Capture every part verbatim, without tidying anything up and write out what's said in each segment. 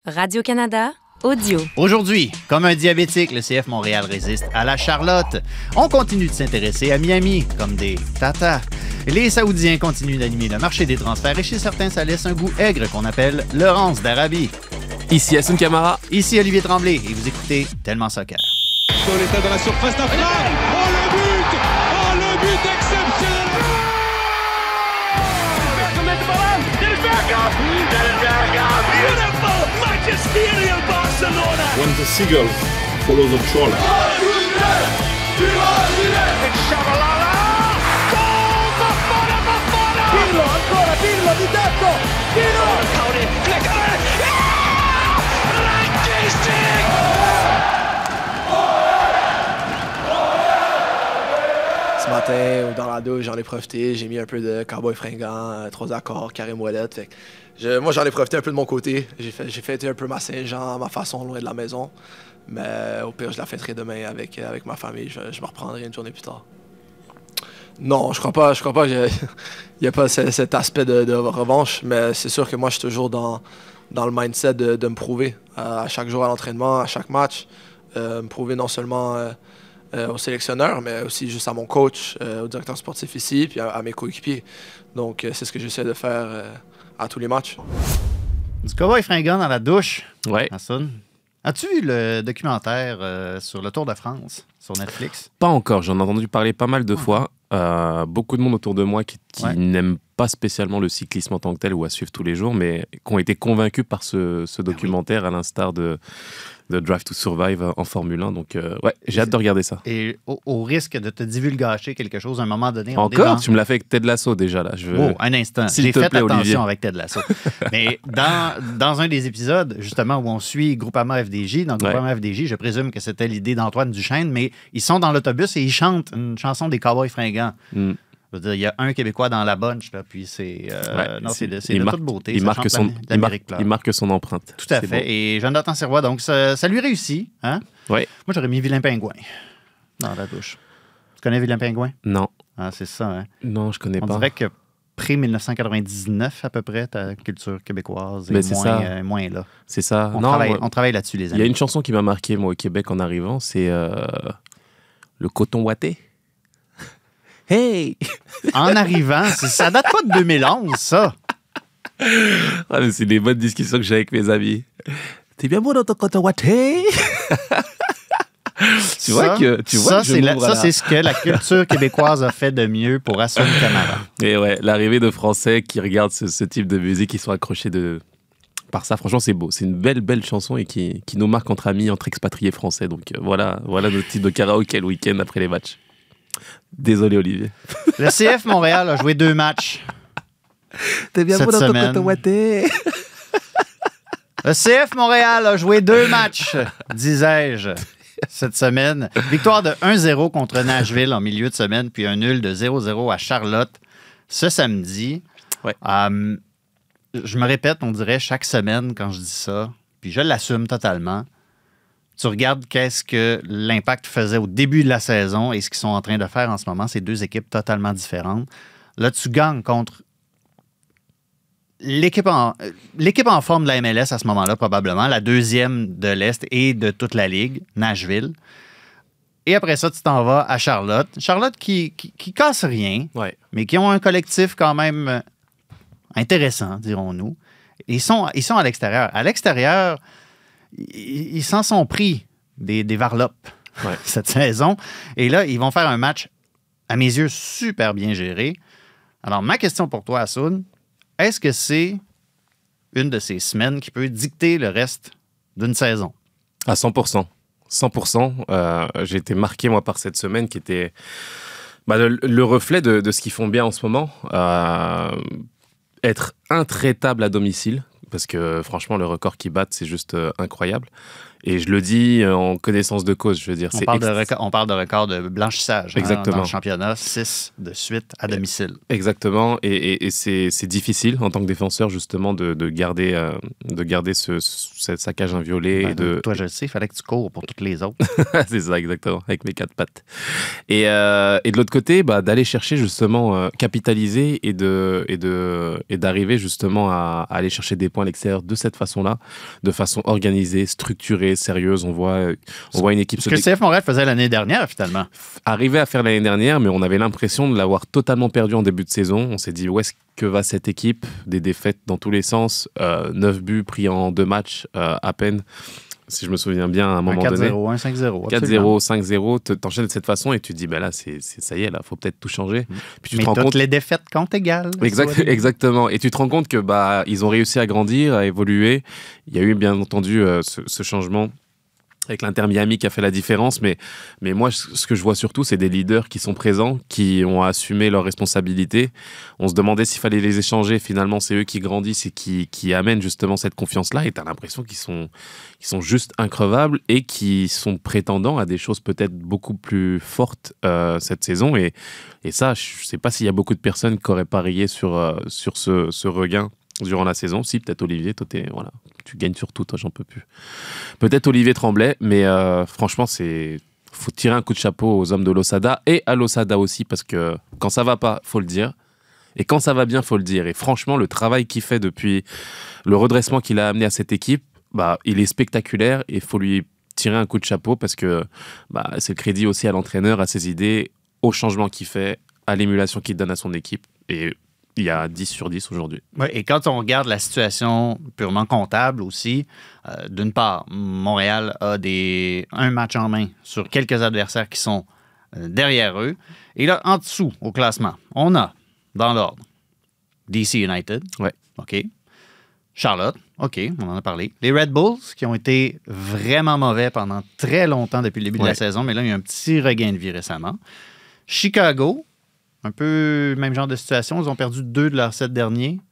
Radio-Canada, audio. Aujourd'hui, comme un diabétique, le C F Montréal résiste à la Charlotte. On continue de s'intéresser à Miami comme des tatas. Les Saoudiens continuent d'animer le marché des transferts et chez certains, ça laisse un goût aigre qu'on appelle le rance d'Arabie. Ici Hassoun Camara. Ici Olivier Tremblay et vous écoutez Tellement Soccer. Pauletta dans la surface d'affaire. Oh le but! Oh le but exceptionnel! Beautiful! Magisterial Barcelona! When the seagull follows the trawler. It's Shabalala! Goal! Bafana, Bafana! Pirlo, ancora Pirlo di tetto! Pirlo! Cody, flicker! Yeah! Ranking! Ce matin, dans la douche, j'en ai profité. J'ai mis un peu de Cowboy Fringant, euh, trois accords, Karim Ouellet. Fait que je, moi, j'en ai profité un peu de mon côté. J'ai fait, j'ai fêté un peu ma Saint-Jean, ma façon, loin de la maison. Mais euh, au pire, je la fêterai demain avec, euh, avec ma famille. Je, je me reprendrai une journée plus tard. Non, je crois pas. Je crois pas qu'il y a pas ce, cet aspect de, de revanche. Mais c'est sûr que moi, je suis toujours dans, dans le mindset de, de me prouver. Euh, à chaque jour à l'entraînement, à chaque match. Euh, me prouver non seulement... Euh, Euh, au sélectionneur, mais aussi juste à mon coach, euh, au directeur sportif ici, puis à, à mes coéquipiers. Donc, euh, c'est ce que j'essaie de faire euh, à tous les matchs. Du cowboy fringant dans la douche. Ouais. Hassoun. As-tu vu le documentaire euh, sur le Tour de France sur Netflix? Pas encore, j'en ai entendu parler pas mal de fois. Euh, beaucoup de monde autour de moi qui, qui Ouais. n'aiment pas spécialement le cyclisme en tant que tel ou à suivre tous les jours, mais qui ont été convaincus par ce, ce documentaire, à l'instar de, de Drive to Survive en Formule un. Donc, euh, ouais, j'ai hâte de regarder ça. Et au, au risque de te divulgacher quelque chose à un moment donné... on est Encore? dans- Tu me l'as fait avec Ted Lasso déjà, là. Je... Oh, un instant. S'il J'ai te fait plaît, attention Olivier. avec Ted Lasso. Mais dans, dans un des épisodes, justement, où on suit Groupama F D J, dans Groupama Ouais. F D J, je présume que c'était l'idée d'Antoine Duchesne, mais ils sont dans l'autobus et ils chantent une chanson des Cowboys fringants. Mm. Je veux dire, il y a un Québécois dans la bunch, là, puis c'est euh, Ouais, non, c'est de, c'est il de marque- toute beauté. Il Ça marque, chante son, l'Am- il, marque, l'Amérique pleure. il marque son empreinte. Tout à C'est fait. beau. Et Jonathan Sirois, donc ça, ça lui réussit. Hein? Ouais. Moi, j'aurais mis Vilain Pingouin dans la douche. Tu connais Vilain Pingouin? Non, Ah, c'est ça, hein? non, je connais On pas. dirait que pré-mille neuf cent quatre-vingt-dix-neuf, à peu près, ta culture québécoise est, Mais c'est moins, ça. euh, moins là. C'est ça. On, non, travaille, moi- on travaille là-dessus, les Il y a amis. une chanson qui m'a marqué, moi, au Québec, en arrivant, c'est euh, le coton ouaté. Hey! En arrivant, c'est- ça date pas de deux mille onze, ça. Ah, mais c'est des bonnes discussions que j'ai avec mes amis. T'es bien beau dans ton coton ouaté! Tu vois Ça, que tu vois ça, que je c'est la- m'ouvre à ça, la- c'est ce que la culture québécoise a fait de mieux pour Hassoun Camara. Et ouais, l'arrivée de Français qui regardent ce, ce type de musique, qui sont accrochés de... par ça. Franchement, c'est beau. C'est une belle, belle chanson et qui, qui nous marque entre amis, entre expatriés français. Donc euh, voilà, voilà notre type de karaoké le week-end après les matchs. Désolé, Olivier. Le C F Montréal a joué deux matchs. T'es bien Cette beau dans ton semaine. coton ouaté! Le C F Montréal a joué deux matchs, disais-je, cette semaine. Victoire de un zéro contre Nashville en milieu de semaine, puis un nul de zéro zéro à Charlotte ce samedi. Ouais. Euh, je me répète, on dirait chaque semaine quand je dis ça, puis je l'assume totalement. Tu regardes qu'est-ce que l'Impact faisait au début de la saison et ce qu'ils sont en train de faire en ce moment, c'est deux équipes totalement différentes. Là, tu gagnes contre l'équipe en, euh, l'équipe en forme de la M L S à ce moment-là, probablement, la deuxième de l'Est et de toute la Ligue, Nashville. Et après ça, tu t'en vas à Charlotte. Charlotte qui, qui, qui casse rien, Ouais. mais qui ont un collectif quand même euh, intéressant, dirons-nous. Ils sont, ils sont à l'extérieur. À l'extérieur, ils, ils s'en sont pris des, des varlopes Ouais. cette saison. Et là, ils vont faire un match, à mes yeux, super bien géré. Alors, ma question pour toi, Hassoun, est-ce que c'est une de ces semaines qui peut dicter le reste d'une saison? À cent pour cent. cent pour cent. Euh, j'ai été marqué, moi, par cette semaine qui était bah, le, le reflet de, de ce qu'ils font bien en ce moment. Euh, être intraitable à domicile, parce que franchement, le record qu'ils battent, c'est juste euh, incroyable. Et je le dis euh, en connaissance de cause, je veux dire. On c'est parle, de ext- record, on parle de record de blanchissage, hein, Exactement. dans le championnat, six de suite à domicile. Exactement, et, et, et c'est, c'est difficile en tant que défenseur justement de, de garder, euh, de garder ce, ce saccage inviolé. Ben, et de... Toi, je le sais, il fallait que tu cours pour toutes les autres. C'est ça, exactement, avec mes quatre pattes. Et, euh, et de l'autre côté, bah, d'aller chercher justement, euh, capitaliser et, de, et, de, et d'arriver justement à, à aller chercher des points attaquant à l'extérieur de cette façon-là, de façon organisée, structurée, sérieuse. On voit, on voit une équipe... Ce que le C F Montréal faisait l'année dernière, finalement. Arrivé à faire l'année dernière, mais on avait l'impression de l'avoir totalement perdu en début de saison. On s'est dit, où est-ce que va cette équipe? Des défaites dans tous les sens, euh, neuf buts pris en deux matchs euh, à peine. Si je me souviens bien, à un moment un quatre zéro, donné. un cinq zéro. quatre zéro, cinq zéro, t'enchaînes de cette façon et tu te dis, ben là, c'est, c'est, ça y est, là, faut peut-être tout changer. Mmh. Puis tu Mais te rends toutes compte... les défaites comptent égales. Exact, exactement. Et tu te rends compte que bah, ils ont réussi à grandir, à évoluer. Il y a eu, bien entendu, euh, ce, ce changement avec l'Inter Miami qui a fait la différence. Mais, mais moi, ce que je vois surtout, c'est des leaders qui sont présents, qui ont assumé leurs responsabilités. On se demandait s'il fallait les échanger. Finalement, c'est eux qui grandissent et qui, qui amènent justement cette confiance-là. Et tu as l'impression qu'ils sont, qu'ils sont juste increvables et qui sont prétendants à des choses peut-être beaucoup plus fortes euh, cette saison. Et, et ça, je ne sais pas s'il y a beaucoup de personnes qui auraient parié sur, euh, sur ce, ce regain durant la saison. Si, peut-être Olivier, toi, t'es, voilà, tu gagnes sur tout, toi, j'en peux plus. Peut-être Olivier Tremblay, mais euh, franchement, c'est faut tirer un coup de chapeau aux hommes de Losada et à Losada aussi, parce que quand ça va pas, faut le dire. Et quand ça va bien, faut le dire. Et franchement, le travail qu'il fait depuis le redressement qu'il a amené à cette équipe, bah, il est spectaculaire et il faut lui tirer un coup de chapeau parce que bah, c'est le crédit aussi à l'entraîneur, à ses idées, au changement qu'il fait, à l'émulation qu'il donne à son équipe. Et il y a dix sur dix aujourd'hui. Oui, et quand on regarde la situation purement comptable aussi, euh, d'une part, Montréal a des, un match en main sur quelques adversaires qui sont euh, derrière eux. Et là, en dessous, au classement, on a, dans l'ordre, D C United. Ouais. OK. Charlotte. OK, on en a parlé. Les Red Bulls, qui ont été vraiment mauvais pendant très longtemps depuis le début ouais. de la saison, mais là, il y a un petit regain de vie récemment. Chicago. Un peu le même genre de situation. Ils ont perdu deux de leurs sept derniers.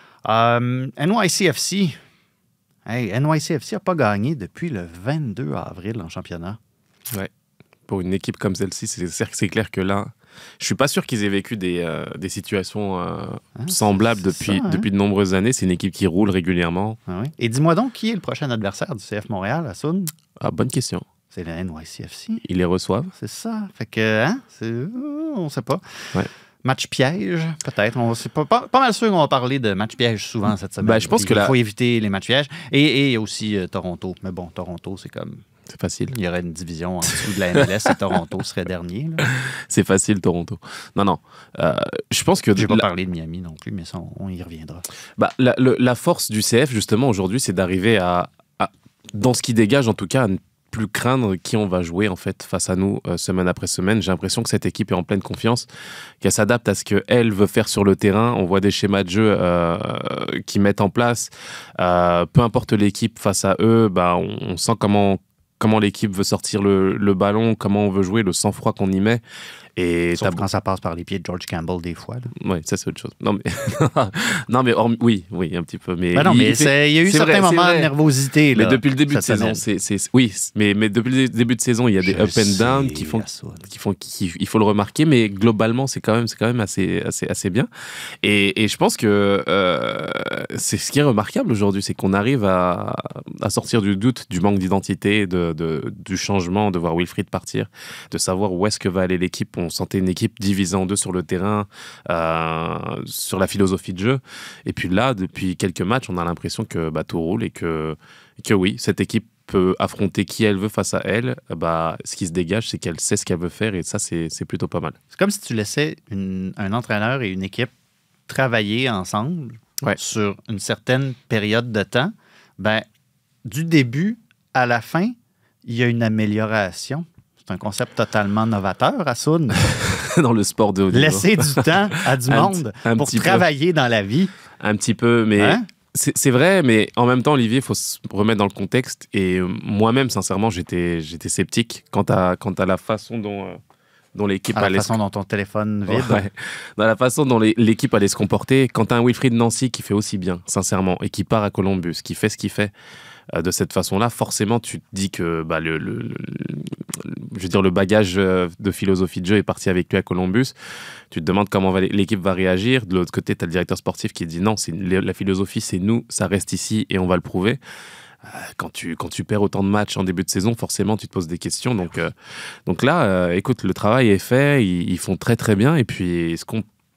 Euh, N Y C F C. Hey, N Y C F C n'a pas gagné depuis le vingt-deux avril en championnat. Ouais. Pour une équipe comme celle-ci, c'est, c'est clair que là, je suis pas sûr qu'ils aient vécu des, euh, des situations euh, ah, semblables c'est, c'est depuis, ça, hein? depuis de nombreuses années. C'est une équipe qui roule régulièrement. Ah oui. Et dis-moi donc, qui est le prochain adversaire du C F Montréal à Soun? Ah, bonne question. C'est le N Y C F C. Ils les reçoivent. C'est ça. Fait que, hein, c'est, on sait pas. Ouais. Match piège, peut-être. On, c'est pas, pas, pas mal sûr qu'on va parler de match piège souvent cette semaine. Ben, je pense il que faut la... éviter les matchs pièges. Et, et il y a aussi euh, Toronto. Mais bon, Toronto, c'est comme... C'est facile. Il y aurait une division en dessous de la M L S et Toronto serait dernier. Là. C'est facile, Toronto. Non, non. Euh, je pense que... Je n'ai pas la... parlé de Miami non plus, mais ça, on, on y reviendra. Bah, la, le, la force du C F, justement, aujourd'hui, c'est d'arriver à, à, dans ce qui dégage, en tout cas, à ne plus craindre qui on va jouer, en fait, face à nous, euh, semaine après semaine. J'ai l'impression que cette équipe est en pleine confiance, qu'elle s'adapte à ce qu'elle veut faire sur le terrain. On voit des schémas de jeu euh, qui mettent en place. Euh, peu importe l'équipe face à eux, bah, on, on sent comment... comment l'équipe veut sortir le, le ballon, comment on veut jouer, le sang-froid qu'on y met. Et Sauf quand ça passe par les pieds de George Campbell des fois. Oui, ça c'est autre chose. Non mais, non, mais hormis... oui, oui, un petit peu. Mais ben non, il, mais c'est... il y a eu certains vrai, moments de nervosité. Là, mais depuis le début de saison, c'est, c'est... oui, mais, mais depuis le début de saison, il y a des Je up and down qui font, qui font, qui, il faut le remarquer, mais globalement, c'est quand même, c'est quand même assez, assez, assez bien. Et, et je pense que euh, c'est ce qui est remarquable aujourd'hui, c'est qu'on arrive à, à sortir du doute, du manque d'identité, de, de, du changement, de voir Wilfried partir, de savoir où est-ce que va aller l'équipe. On sentait une équipe divisée en deux sur le terrain, euh, sur la philosophie de jeu. Et puis là, depuis quelques matchs, on a l'impression que bah, tout roule et que, que oui, cette équipe peut affronter qui elle veut face à elle. Bah, ce qui se dégage, c'est qu'elle sait ce qu'elle veut faire et ça, c'est, c'est plutôt pas mal. C'est comme si tu laissais une, un entraîneur et une équipe travailler ensemble ouais. sur une certaine période de temps. Ben, du début à la fin, il y a une amélioration. C'est un concept totalement novateur à Soun. Dans le sport de haut niveau. Laisser du temps à du monde un, un pour travailler peu. Dans la vie. Un petit peu, mais hein? c'est, c'est vrai, mais en même temps, Olivier, il faut se remettre dans le contexte. Et moi-même, sincèrement, j'étais, j'étais sceptique quant à, quant à la façon dont, euh, dont l'équipe à la allait... façon se... dont ton téléphone vide. Ouais. Dans la façon dont les, l'équipe allait se comporter. Quand un Wilfried Nancy qui fait aussi bien, sincèrement, et qui part à Columbus, qui fait ce qu'il fait, de cette façon-là, forcément, tu te dis que bah, le, le, le, je veux dire, le bagage de philosophie de jeu est parti avec lui à Columbus. Tu te demandes comment va, l'équipe va réagir. De l'autre côté, tu as le directeur sportif qui dit non, c'est, la philosophie, c'est nous, ça reste ici et on va le prouver. Quand tu, quand tu perds autant de matchs en début de saison, forcément, tu te poses des questions. Donc, euh, donc là, euh, écoute, le travail est fait, ils, ils font très très bien. Et puis, ce qu'on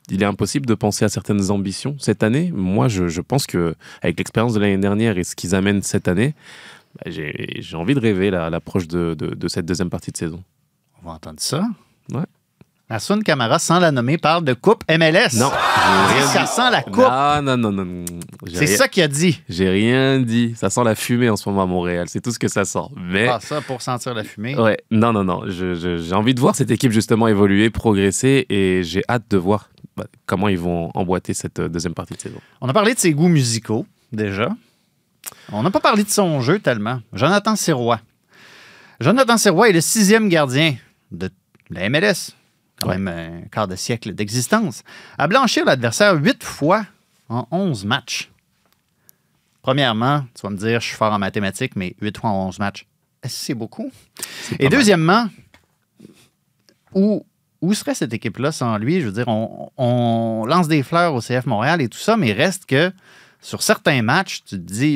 il est impossible de penser à certaines ambitions cette année. Moi, je, je pense qu'avec l'expérience de l'année dernière et ce qu'ils amènent cette année, bah, j'ai, j'ai envie de rêver là, à l'approche de, de, de cette deuxième partie de saison. On va entendre ça. Ouais. Hassoun Camara, sans la nommer, parle de Coupe M L S. Non, j'ai rien ça dit. sent la coupe. Non, non, non, non. non. J'ai C'est rien- ça qu'il a dit. J'ai rien dit. Ça sent la fumée en ce moment à Montréal. C'est tout ce que ça sent. Mais Ah, ça, pour sentir la fumée. ouais, non, non, non. Je- je- j'ai envie de voir cette équipe justement évoluer, progresser, et j'ai hâte de voir bah, comment ils vont emboîter cette euh, deuxième partie de saison. On a parlé de ses goûts musicaux, déjà. On n'a pas parlé de son jeu tellement. Jonathan Sirois. Jonathan Sirois est le sixième gardien de la M L S. Quand Ouais. même un quart de siècle d'existence. À blanchir l'adversaire huit fois en onze matchs. Premièrement, tu vas me dire, je suis fort en mathématiques, mais huit fois en onze matchs, est-ce que c'est beaucoup? C'est Et pas mal. deuxièmement, où, où serait cette équipe-là sans lui? Je veux dire, on, on lance des fleurs au C F Montréal et tout ça, mais reste que sur certains matchs, tu te dis,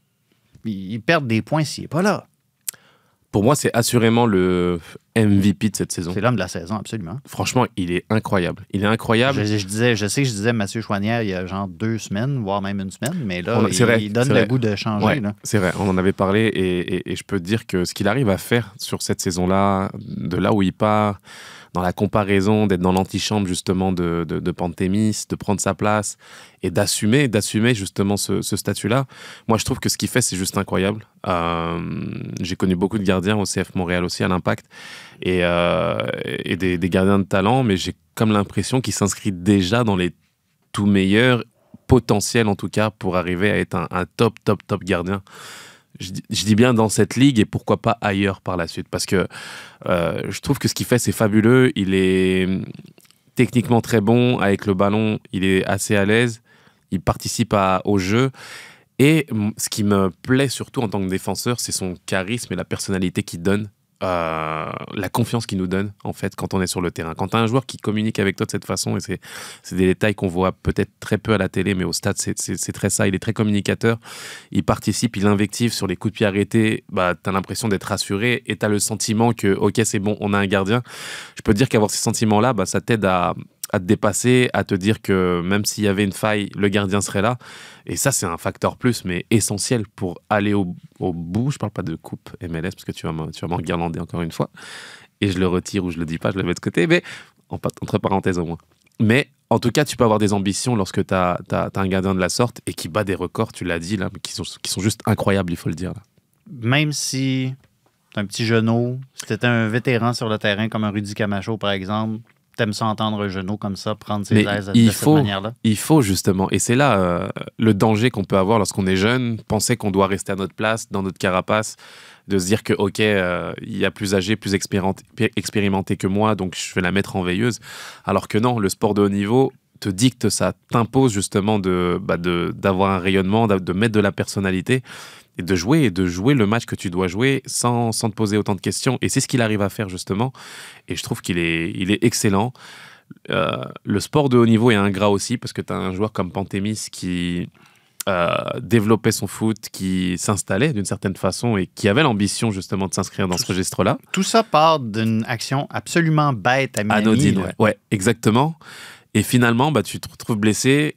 ils ils perdent des points s'il n'est pas là. Pour moi, c'est assurément le M V P de cette saison. C'est l'homme de la saison, absolument. Franchement, il est incroyable. Il est incroyable. Je, je disais, je sais que je disais Mathieu Chouanière il y a genre deux semaines, voire même une semaine, mais là, On a- il, c'est vrai, il donne c'est le vrai. goût de changer. Ouais, là. c'est vrai, on en avait parlé et, et- et je peux te dire que ce qu'il arrive à faire sur cette saison-là, de là où il part, dans la comparaison, d'être dans l'antichambre justement de, de, de Pantémis, de prendre sa place et d'assumer, d'assumer justement ce, ce statut-là. Moi, je trouve que ce qu'il fait, c'est juste incroyable. Euh, j'ai connu beaucoup de gardiens au C F Montréal aussi, à l'Impact, et, euh, et des, des gardiens de talent, mais j'ai comme l'impression qu'il s'inscrit déjà dans les tout meilleurs potentiels, en tout cas, pour arriver à être un, un top, top, top gardien. Je, dis- je dis bien dans cette ligue et pourquoi pas ailleurs par la suite, parce que euh, je trouve que ce qu'il fait, c'est fabuleux. Il est techniquement très bon avec le ballon, il est assez à l'aise, il participe à- au jeu. Et mm, ce qui me plaît surtout en tant que défenseur, c'est son charisme et la personnalité qu'il donne, euh, la confiance qu'il nous donne en fait quand on est sur le terrain. Quand tu as un joueur qui communique avec toi de cette façon, et c'est, c'est des détails qu'on voit peut-être très peu à la télé, mais au stade, c'est, c'est, c'est très ça. Il est très communicateur, il participe, il invective sur les coups de pied arrêtés. Bah, tu as l'impression d'être rassuré et tu as le sentiment que, ok, c'est bon, on a un gardien. Je peux te dire qu'avoir ces sentiments-là, bah, ça t'aide à, à te dépasser, à te dire que même s'il y avait une faille, le gardien serait là. Et ça, c'est un facteur plus, mais essentiel pour aller au, au bout. Je parle pas de coupe M L S, parce que tu vas, m'en- tu vas m'enguirlander encore une fois. Et je le retire ou je le dis pas, je le mets de côté, mais en, pa- entre parenthèses au moins. Mais en tout cas, tu peux avoir des ambitions lorsque tu as un gardien de la sorte et qui bat des records, tu l'as dit, là, mais qui sont, qui sont juste incroyables, il faut le dire. Là. Même si t'es un petit genou, si t'étais un vétéran sur le terrain comme un Rudy Camacho, par exemple, t'aimes ça entendre un genou comme ça, prendre ses Mais aises de il cette faut- manière-là. Il faut justement, et c'est là euh, le danger qu'on peut avoir lorsqu'on est jeune, penser qu'on doit rester à notre place, dans notre carapace, de se dire que, ok, euh, il y a plus âgé, plus expérimenté, expérimenté que moi, donc je vais la mettre en veilleuse. Alors que non, le sport de haut niveau te dicte ça, t'impose justement de, bah de, d'avoir un rayonnement, de, de mettre de la personnalité et de jouer, et de jouer le match que tu dois jouer sans, sans te poser autant de questions. Et c'est ce qu'il arrive à faire justement. Et je trouve qu'il est, il est excellent. Euh, le sport de haut niveau est ingrat aussi parce que tu as un joueur comme Pantémis qui euh, développait son foot, qui s'installait d'une certaine façon et qui avait l'ambition justement de s'inscrire dans ce registre-là. Tout ça part d'une action absolument bête à Miami. Anodine, là. ouais. Ouais, exactement. Et finalement, bah, tu te retrouves blessé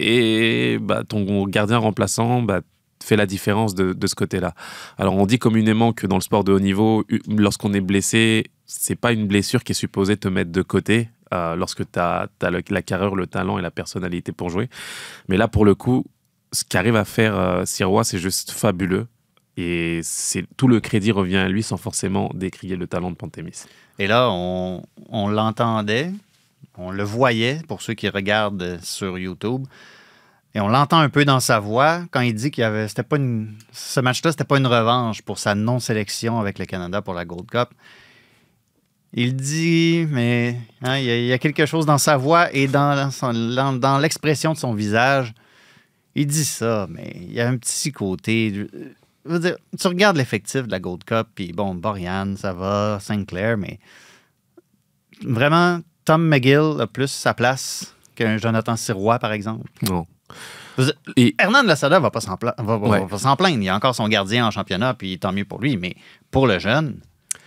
et bah, ton gardien remplaçant bah, fait la différence de, de ce côté-là. Alors, on dit communément que dans le sport de haut niveau, u- lorsqu'on est blessé, c'est pas une blessure qui est supposée te mettre de côté euh, lorsque tu as la carrure, le talent et la personnalité pour jouer. Mais là, pour le coup, ce qu'arrive à faire euh, Sirois, c'est juste fabuleux. Et c'est, tout le crédit revient à lui sans forcément décrier le talent de Pantémis. Et là, on, on l'entendait, on le voyait pour ceux qui regardent sur YouTube. Et on l'entend un peu dans sa voix quand il dit qu'il y avait, c'était pas une, ce match-là, c'était pas une revanche pour sa non-sélection avec le Canada pour la Gold Cup. Il dit, mais hein, il, y a, il y a quelque chose dans sa voix et dans, son- dans, dans l'expression de son visage. Il dit ça, mais il y a un petit côté. Je veux dire, tu regardes l'effectif de la Gold Cup, puis bon, Borian, ça va, Sinclair, mais vraiment, Tom McGill a plus sa place qu'un Jonathan Sirois, par exemple. Non. Vous- Et Hernan Lassada va pas s'en pla- va, va- Ouais. va s'en plaindre. Il a encore son gardien en championnat, puis tant mieux pour lui. Mais pour le jeune,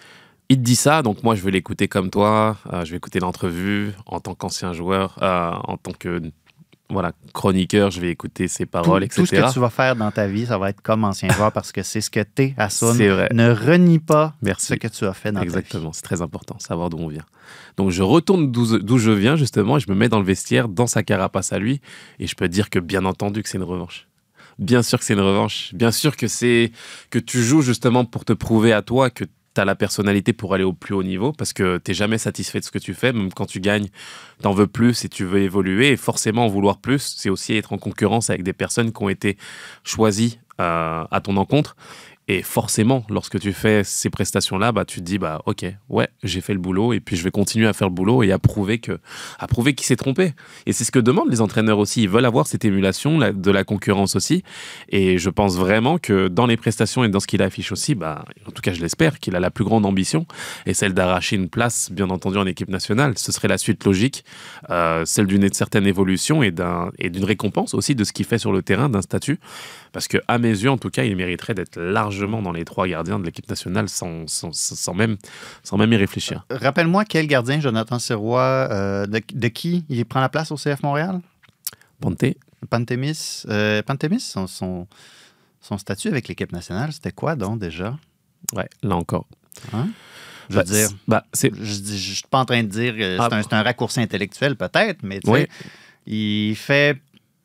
il te dit ça, donc moi je vais l'écouter comme toi, euh, je vais écouter l'entrevue en tant qu'ancien joueur, euh, en tant que voilà, chroniqueur, je vais écouter ses paroles, tout, et cetera. Tout ce que tu vas faire dans ta vie, ça va être comme ancien joueur parce que c'est ce que t'es, Hassoun. C'est vrai. Ne renie pas Merci. ce que tu as fait dans Exactement, ta vie. c'est très important, savoir d'où on vient. Donc je retourne d'où, d'où je viens justement et je me mets dans le vestiaire, dans sa carapace à lui, et je peux te dire que bien entendu que c'est une revanche. Bien sûr que c'est une revanche. Bien sûr que c'est que tu joues justement pour te prouver à toi que tu as la personnalité pour aller au plus haut niveau parce que tu n'es jamais satisfait de ce que tu fais. Même quand tu gagnes, tu en veux plus et tu veux évoluer. Et forcément, en vouloir plus, c'est aussi être en concurrence avec des personnes qui ont été choisies euh, à ton encontre. Et forcément, lorsque tu fais ces prestations-là, bah, tu te dis, bah, ok, ouais, j'ai fait le boulot et puis je vais continuer à faire le boulot et à prouver, que, à prouver qu'il s'est trompé. Et c'est ce que demandent les entraîneurs aussi. Ils veulent avoir cette émulation la, de la concurrence aussi. Et je pense vraiment que dans les prestations et dans ce qu'il affiche aussi, bah, en tout cas, je l'espère, qu'il a la plus grande ambition et celle d'arracher une place, bien entendu, en équipe nationale. Ce serait la suite logique, euh, celle d'une certaine évolution et, d'un, et d'une récompense aussi de ce qu'il fait sur le terrain, d'un statut. Parce qu'à mes yeux, en tout cas, il mériterait d'être largement dans les trois gardiens de l'équipe nationale sans, sans, sans, même, sans même y réfléchir. Rappelle-moi quel gardien, Jonathan Sirois, euh, de, de qui il prend la place au C F Montréal? Panté. Pantémis. Euh, Pantémis, son, son, son statut avec l'équipe nationale, c'était quoi donc déjà? Ouais, là encore. Hein? Je bah, veux dire, bah, c'est... je ne suis pas en train de dire que Ah, c'est, un, c'est un raccourci intellectuel peut-être, mais tu sais, oui. il fait...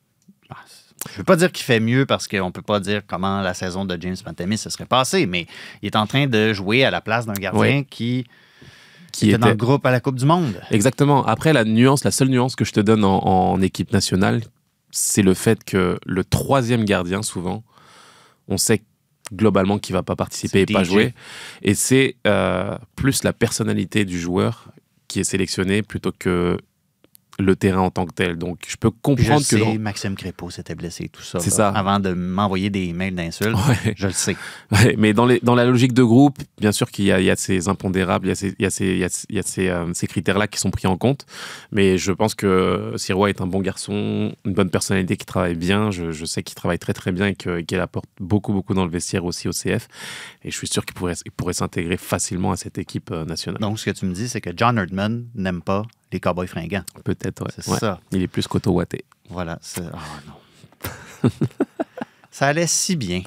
Je ne veux pas dire qu'il fait mieux parce qu'on ne peut pas dire comment la saison de James Pantemis se serait passée, mais il est en train de jouer à la place d'un gardien oui. qui, qui était, était dans le groupe à la Coupe du Monde. Exactement. Après, la nuance, la seule nuance que je te donne en, en équipe nationale, c'est le fait que le troisième gardien, souvent, on sait globalement qu'il ne va pas participer c'est et pas D J. jouer. Et c'est euh, plus la personnalité du joueur qui est sélectionnée plutôt que le terrain en tant que tel. Donc, je peux comprendre je que... sais, dans... Maxime Crépeau s'était blessé et tout ça. C'est là, ça. Avant de m'envoyer des mails d'insultes, Ouais. je le sais. Ouais, mais dans, les, dans la logique de groupe, bien sûr qu'il y a, il y a ces impondérables, il y a, ces, il y a, ces, il y a, il y a ces, euh, ces critères-là qui sont pris en compte. Mais je pense que Sirois est un bon garçon, une bonne personnalité qui travaille bien. Je, je sais qu'il travaille très très bien et que, qu'il apporte beaucoup beaucoup dans le vestiaire aussi au C F. Et je suis sûr qu'il pourrait, il pourrait s'intégrer facilement à cette équipe euh, nationale. Donc, ce que tu me dis, c'est que John Herdman n'aime pas les Cowboys fringants. Peut-être, ouais. C'est Ouais. ça. Il est plus qu'auto-watté. Voilà. C'est... Oh non. Ça allait si bien.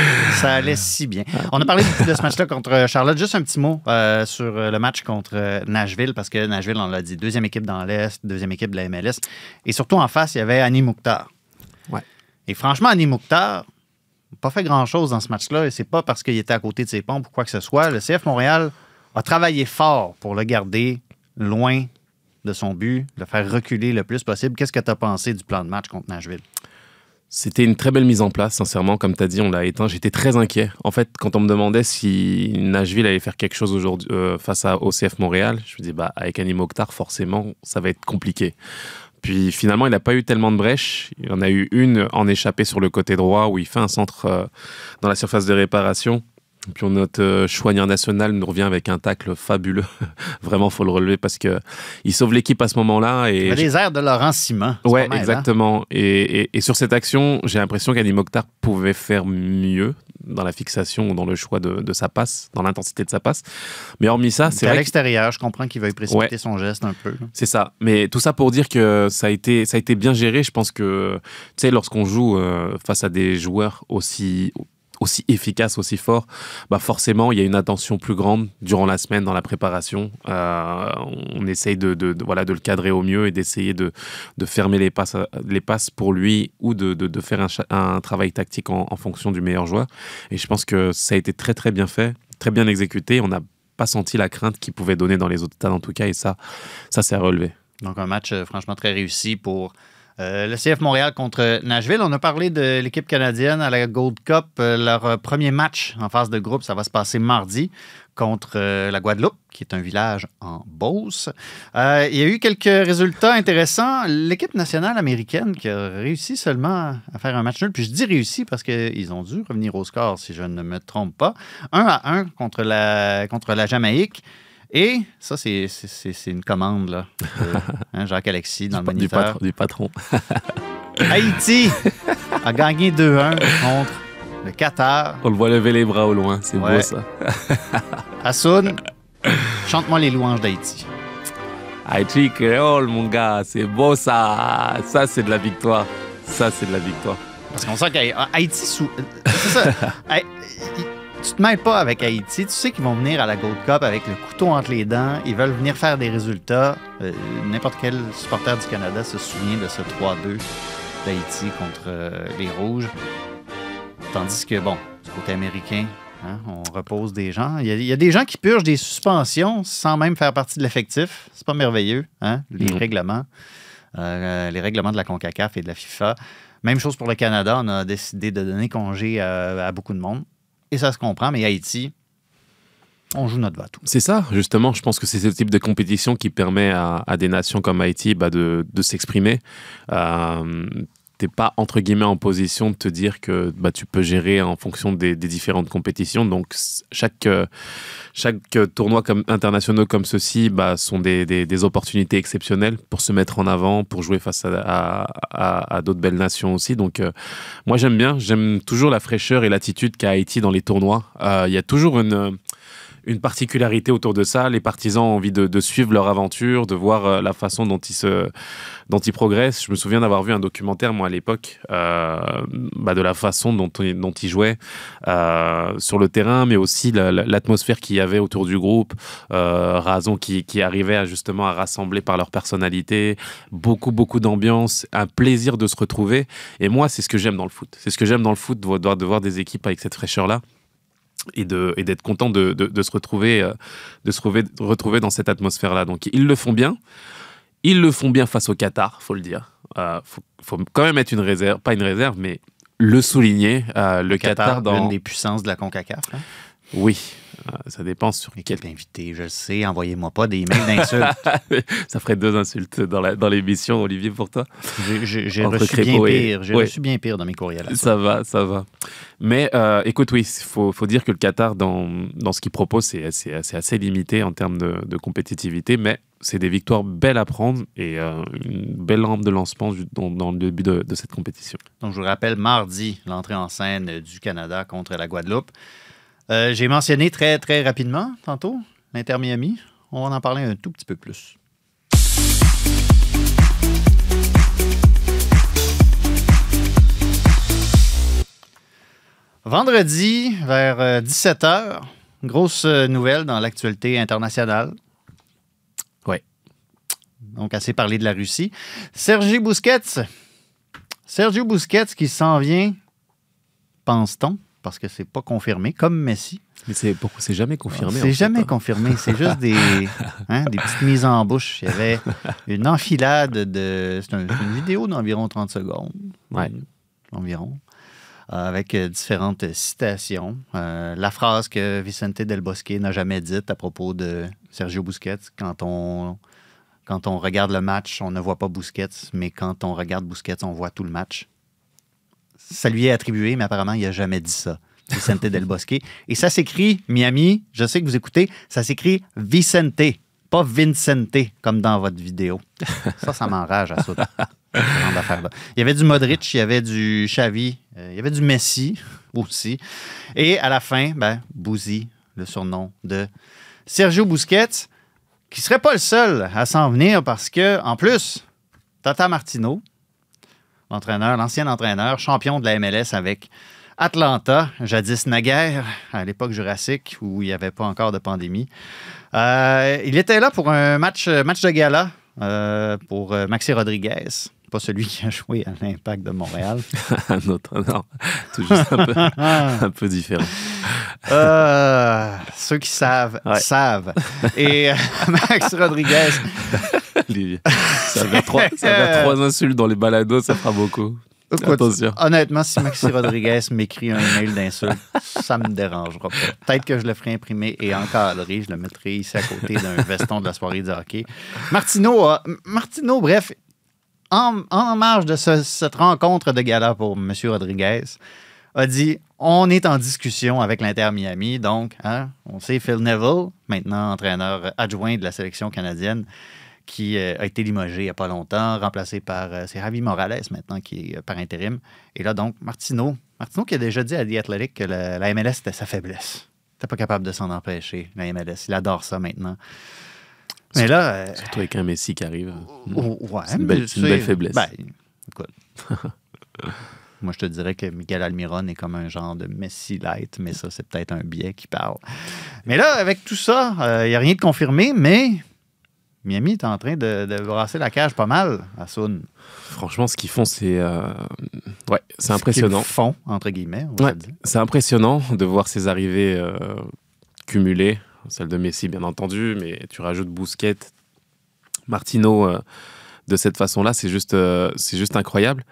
Ça allait si bien. On a parlé de ce match-là contre Charlotte. Juste un petit mot euh, sur le match contre Nashville, parce que Nashville, on l'a dit, deuxième équipe dans l'Est, deuxième équipe de la M L S. Et surtout en face, il y avait Annie Mukhtar. Ouais. Et franchement, Annie Mukhtar n'a pas fait grand-chose dans ce match-là. Et c'est pas parce qu'il était à côté de ses pompes ou quoi que ce soit. Le C F Montréal a travaillé fort pour le garder loin de son but, le faire reculer le plus possible. Qu'est-ce que tu as pensé du plan de match contre Nashville? C'était une très belle mise en place, sincèrement. Comme tu as dit, on l'a éteint. J'étais très inquiet. En fait, quand on me demandait si Nashville allait faire quelque chose aujourd'hui euh, face à, au C F Montréal, je me dis, bah, avec Annie Mukhtar, forcément, ça va être compliqué. Puis finalement, il n'a pas eu tellement de brèches. Il en a eu une en échappée sur le côté droit où il fait un centre euh, dans la surface de réparation. Puis notre euh, choignard national nous revient avec un tacle fabuleux. Vraiment, il faut le relever parce qu'il sauve l'équipe à ce moment-là. Et Il y a des airs de Laurent Simon. ouais, mal, exactement. Hein? Et, et, et sur cette action, j'ai l'impression qu'Annie Mukhtar pouvait faire mieux dans la fixation ou dans le choix de, de sa passe, dans l'intensité de sa passe. Mais hormis ça, c'est, c'est vrai à l'extérieur. Je comprends qu'il veuille précipiter ouais. son geste un peu. C'est ça. Mais tout ça pour dire que ça a été, ça a été bien géré. Je pense que, tu sais, lorsqu'on joue euh, face à des joueurs aussi... aussi efficace, aussi fort, bah forcément, il y a une attention plus grande durant la semaine dans la préparation. Euh, on essaye de, de, de, voilà, de le cadrer au mieux et d'essayer de, de fermer les passes, les passes pour lui ou de, de, de faire un, un travail tactique en, en fonction du meilleur joueur. Et je pense que ça a été très, très bien fait, très bien exécuté. On n'a pas senti la crainte qu'il pouvait donner dans les autres stades, en tout cas, et ça, ça c'est à relever. Donc, un match euh, franchement très réussi pour Euh, le C F Montréal contre Nashville. On a parlé de l'équipe canadienne à la Gold Cup. Euh, leur euh, premier match en phase de groupe, ça va se passer mardi contre euh, la Guadeloupe, qui est un village en Beauce. Euh, il y a eu quelques résultats intéressants. L'équipe nationale américaine qui a réussi seulement à faire un match nul. Puis je dis réussi parce qu'ils ont dû revenir au score, si je ne me trompe pas. un à un contre la, contre la Jamaïque. Et ça, c'est, c'est, c'est une commande, là. Euh, hein, Jacques-Alexis dans du, le moniteur. Du, patron, du patron. Haïti a gagné deux un contre le Qatar. On le voit lever les bras au loin, c'est Ouais. beau ça. Hassoun, Chante-moi les louanges d'Haïti. Haïti créole, mon gars, c'est beau ça. Ça, c'est de la victoire. Ça, c'est de la victoire. Parce qu'on sent qu'Haïti... Sous... C'est ça. Haï- Tu te mêles pas avec Haïti. Tu sais qu'ils vont venir à la Gold Cup avec le couteau entre les dents. Ils veulent venir faire des résultats. Euh, n'importe quel supporter du Canada se souvient de ce trois deux d'Haïti contre euh, les Rouges. Tandis que, bon, du côté américain, hein, on repose des gens. Il y, a, il y a des gens qui purgent des suspensions sans même faire partie de l'effectif. C'est pas merveilleux, hein, les mmh. règlements. Euh, les règlements de la CONCACAF et de la FIFA. Même chose pour le Canada. On a décidé de donner congé à, à beaucoup de monde. Et ça se comprend, mais Haïti, on joue notre va-tout. C'est ça, justement. Je pense que c'est ce type de compétition qui permet à, à des nations comme Haïti bah, de, de s'exprimer. Euh, t'es pas, entre guillemets, en position de te dire que bah, tu peux gérer en fonction des, des différentes compétitions. Donc, chaque, chaque tournoi comme, internationaux comme ceux-ci bah, sont des, des, des opportunités exceptionnelles pour se mettre en avant, pour jouer face à, à, à, à d'autres belles nations aussi. Donc, euh, moi, j'aime bien. J'aime toujours la fraîcheur et l'attitude qu'a Haïti dans les tournois. Il euh, y a toujours une... une particularité autour de ça. Les partisans ont envie de, de suivre leur aventure, de voir euh, la façon dont ils, se, dont ils progressent. Je me souviens d'avoir vu un documentaire, moi, à l'époque, euh, bah, de la façon dont, dont ils jouaient euh, sur le terrain, mais aussi la, la, l'atmosphère qu'il y avait autour du groupe. Euh, Razon qui, qui arrivait à, justement à rassembler par leur personnalité. Beaucoup, beaucoup d'ambiance, un plaisir de se retrouver. Et moi, c'est ce que j'aime dans le foot. C'est ce que j'aime dans le foot, de voir, de voir des équipes avec cette fraîcheur-là. Et, de, et d'être content de, de, de se retrouver, euh, de se retrouver, de retrouver dans cette atmosphère-là. Donc, ils le font bien. Ils le font bien face au Qatar, il faut le dire. Il euh, faut, faut quand même être une réserve, pas une réserve, mais le souligner. Euh, le, le Qatar, Qatar dans... l'une des puissances de la CONCACAF. Hein? Oui, euh, ça dépend sur quel invité, je le sais. Envoyez-moi pas des mails d'insultes. Ça ferait deux insultes dans, la, dans l'émission, Olivier, pour toi. J'ai, j'ai, j'ai reçu bien et... pire. J'ai oui. reçu bien pire dans mes courriels. Ça. ça va, ça va. Mais euh, écoute, oui, il faut, faut dire que le Qatar, dans, dans ce qu'il propose, c'est, c'est, c'est assez limité en termes de, de compétitivité, mais c'est des victoires belles à prendre et euh, une belle lampe de lancement dans, dans le début de, de cette compétition. Donc, je vous rappelle, mardi, l'entrée en scène du Canada contre la Guadeloupe. Euh, j'ai mentionné très, très rapidement, tantôt, l'Inter Miami. On va en parler un tout petit peu plus. Vendredi, vers dix-sept heures, grosse nouvelle dans l'actualité internationale. Oui. Donc, assez parlé de la Russie. Sergi Busquets. Sergio Busquets qui s'en vient, pense-t-on, parce que c'est pas confirmé, comme Messi. Mais c'est, pourquoi c'est jamais confirmé? C'est jamais fait, confirmé. C'est juste des, hein, des petites mises en bouche. Il y avait une enfilade de... C'est, un, c'est une vidéo d'environ trente secondes. Ouais. Environ. Euh, avec euh, différentes citations. Euh, la phrase que Vicente Del Bosque n'a jamais dite à propos de Sergio Busquets. Quand on, quand on regarde le match, on ne voit pas Busquets, mais quand on regarde Busquets, on voit tout le match. Ça lui est attribué, mais apparemment, il n'a jamais dit ça. Vicente Del Bosque. Et ça s'écrit, Miami, je sais que vous écoutez, ça s'écrit Vicente, pas Vincente, comme dans votre vidéo. Ça, ça m'enrage à ça. Ce genre d'affaires-là. Il y avait du Modric, il y avait du Xavi, euh, il y avait du Messi aussi. Et à la fin, ben, Bouzy, le surnom de Sergio Busquets, qui ne serait pas le seul à s'en venir parce que, en plus, Tata Martino, l'entraîneur, l'ancien entraîneur, champion de la M L S avec Atlanta, jadis naguère, à l'époque jurassique où il n'y avait pas encore de pandémie. Euh, il était là pour un match, match de gala euh, pour Maxi Rodriguez. Pas celui qui a joué à l'Impact de Montréal. Un autre, non. Tout juste un peu, un peu différent. Euh, ceux qui savent, ouais. savent. Et euh, Max Rodriguez... ça va trois, ça va trois insultes dans les balados, ça fera beaucoup. Écoute, attention. Honnêtement, si Maxi Rodriguez m'écrit un email d'insulte, ça me dérangera pas. Peut-être que je le ferai imprimer et encadrer. Je le mettrai ici à côté d'un veston de la soirée du hockey. Martino, a, Martino bref, en, en marge de ce, cette rencontre de gala pour M. Rodriguez, a dit on est en discussion avec l'Inter Miami. Donc, hein, on sait Phil Neville, maintenant entraîneur adjoint de la sélection canadienne, qui euh, a été limogé il n'y a pas longtemps, remplacé par... Euh, c'est Javi Morales maintenant qui est euh, par intérim. Et là, donc, Martino, Martino qui a déjà dit à The Athletic que la, la M L S était sa faiblesse. T'es pas capable de s'en empêcher, la M L S. Il adore ça maintenant. Mais là... euh, Surtout avec un Messi qui arrive. oh, ouais, C'est une belle, mais c'est une tu belle sais, faiblesse. Ben, écoute. Moi, je te dirais que Miguel Almiron est comme un genre de Messi light, mais ça, c'est peut-être un biais qui parle. Mais là, avec tout ça, il euh, n'y a rien de confirmé, mais Miami est en train de, de brasser la cage pas mal à Sun. Franchement, ce qu'ils font, c'est euh... ouais, c'est Ce impressionnant. qu'ils font, entre guillemets. On va Ouais, se dire. c'est impressionnant de voir ces arrivées euh, cumulées. Celle de Messi, bien entendu, mais tu rajoutes Busquets, Martino euh, de cette façon-là, c'est juste, euh, c'est juste incroyable.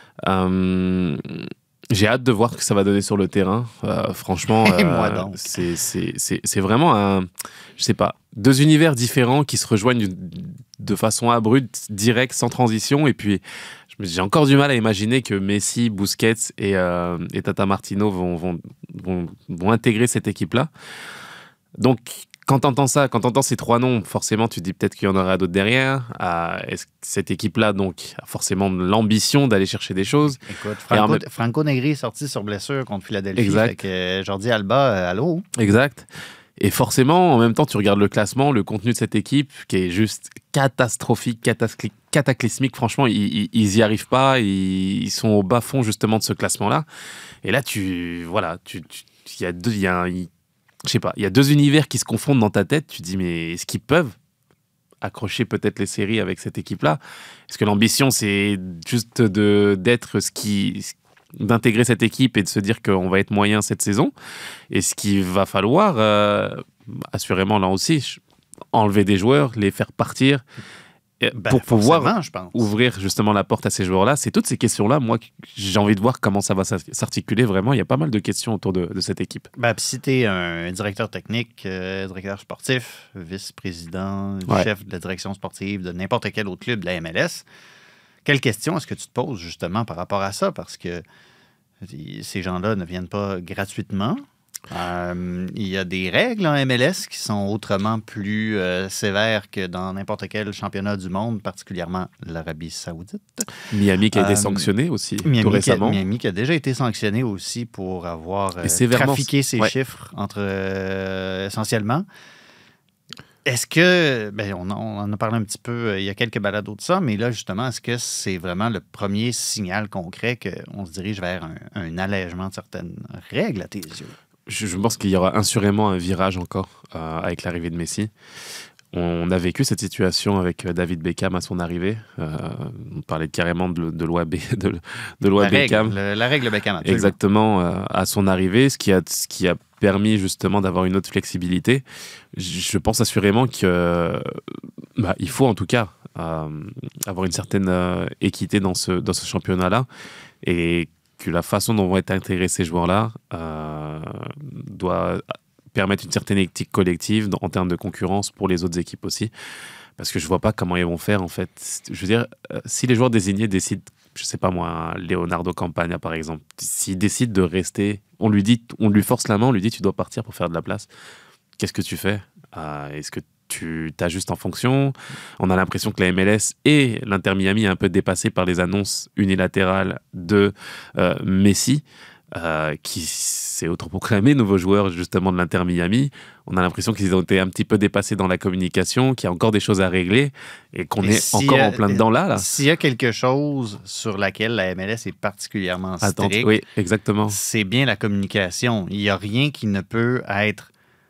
Euh, j'ai hâte de voir ce que ça va donner sur le terrain. Euh, franchement, Et euh, moi donc. c'est, c'est, c'est, c'est vraiment un, je sais pas, deux univers différents qui se rejoignent de façon abrupte, directe, sans transition. Et puis, j'ai encore du mal à imaginer que Messi, Busquets et, euh, et Tata Martino vont, vont, vont, vont intégrer cette équipe-là. Donc, quand tu entends ça, quand tu entends ces trois noms, forcément, tu te dis peut-être qu'il y en aura d'autres derrière. Euh, est-ce que cette équipe-là, donc, a forcément l'ambition d'aller chercher des choses? Écoute, Et en Franco, même- Franco Negri est sorti sur blessure contre Philadelphie. Exact. Fait que euh, Jordi Alba, euh, allô? Exact. Et forcément, en même temps, tu regardes le classement, le contenu de cette équipe, qui est juste catastrophique, catascli- cataclysmique. Franchement, ils, ils y arrivent pas. Ils, ils sont au bas-fond, justement, de ce classement-là. Et là, tu... Voilà, tu... tu- il y a deux... Il y a un- il- je sais pas, il y a deux univers qui se confondent dans ta tête. Tu te dis, mais est-ce qu'ils peuvent accrocher peut-être les séries avec cette équipe-là? Est-ce que l'ambition, c'est juste de, d'être ce qui... d'intégrer cette équipe et de se dire qu'on va être moyen cette saison? Et ce qu'il va falloir, euh, assurément là aussi, enlever des joueurs, les faire partir, euh, Ben, pour pouvoir forcément, je pense. ouvrir justement la porte à ces joueurs-là. C'est toutes ces questions-là, moi, que j'ai envie de voir comment ça va s'articuler vraiment. Il y a pas mal de questions autour de, de cette équipe. Ben, puis si tu es un directeur technique, euh, directeur sportif, vice-président, Ouais. chef de la direction sportive de n'importe quel autre club de la M L S, quelle question est-ce que tu te poses justement par rapport à ça? Parce que ces gens-là ne viennent pas gratuitement. Euh, il y a des règles en M L S qui sont autrement plus euh, sévères que dans n'importe quel championnat du monde, particulièrement l'Arabie Saoudite. Miami qui a été Euh, sanctionné aussi tout Miami qui, a, récemment. Miami qui a déjà été sanctionné aussi pour avoir euh, Et sévèrement, trafiqué ses ouais. chiffres entre euh, essentiellement. Est-ce que, ben, on, en- on en a parlé un petit peu, euh, il y a quelques balados de ça, mais là, justement, est-ce que c'est vraiment le premier signal concret qu'on se dirige vers un, un allègement de certaines règles à tes yeux? Je, je pense qu'il y aura assurément un virage encore euh, avec l'arrivée de Messi. On a vécu cette situation avec euh, David Beckham à son arrivée. Euh, on parlait carrément de, de loi, B, de, de loi La règle, Beckham. le- la règle Beckham, absolument. Exactement, euh, à son arrivée, ce qui a, ce qui a permis justement d'avoir une autre flexibilité. Je je pense assurément que euh, bah, il faut en tout cas euh, avoir une certaine euh, équité dans ce, dans ce championnat-là et que la façon dont vont être intégrés ces joueurs-là euh, doit permettre une certaine éthique collective dans- en termes de concurrence pour les autres équipes aussi. Parce que je vois pas comment ils vont faire en fait. Je veux dire, euh, si les joueurs désignés décident, je sais pas moi, Leonardo Campagna par exemple, s'il décide de rester, on lui dit, on lui force la main, on lui dit tu dois partir pour faire de la place. Qu'est-ce que tu fais? Euh, Est-ce que tu t'ajustes en fonction? On a l'impression que la M L S et l'Inter Miami est un peu dépassé par les annonces unilatérales de euh, Messi, euh, qui s'est autoproclamé nouveau joueur justement de l'Inter Miami. On a l'impression qu'ils ont été un petit peu dépassés dans la communication, qu'il y a encore des choses à régler et qu'on Et est s'il encore y a- en plein dedans là. là. S'il y a quelque chose sur laquelle la M L S est particulièrement Attends, stricte, oui, exactement. c'est bien la communication. Il n'y a rien qui ne peut être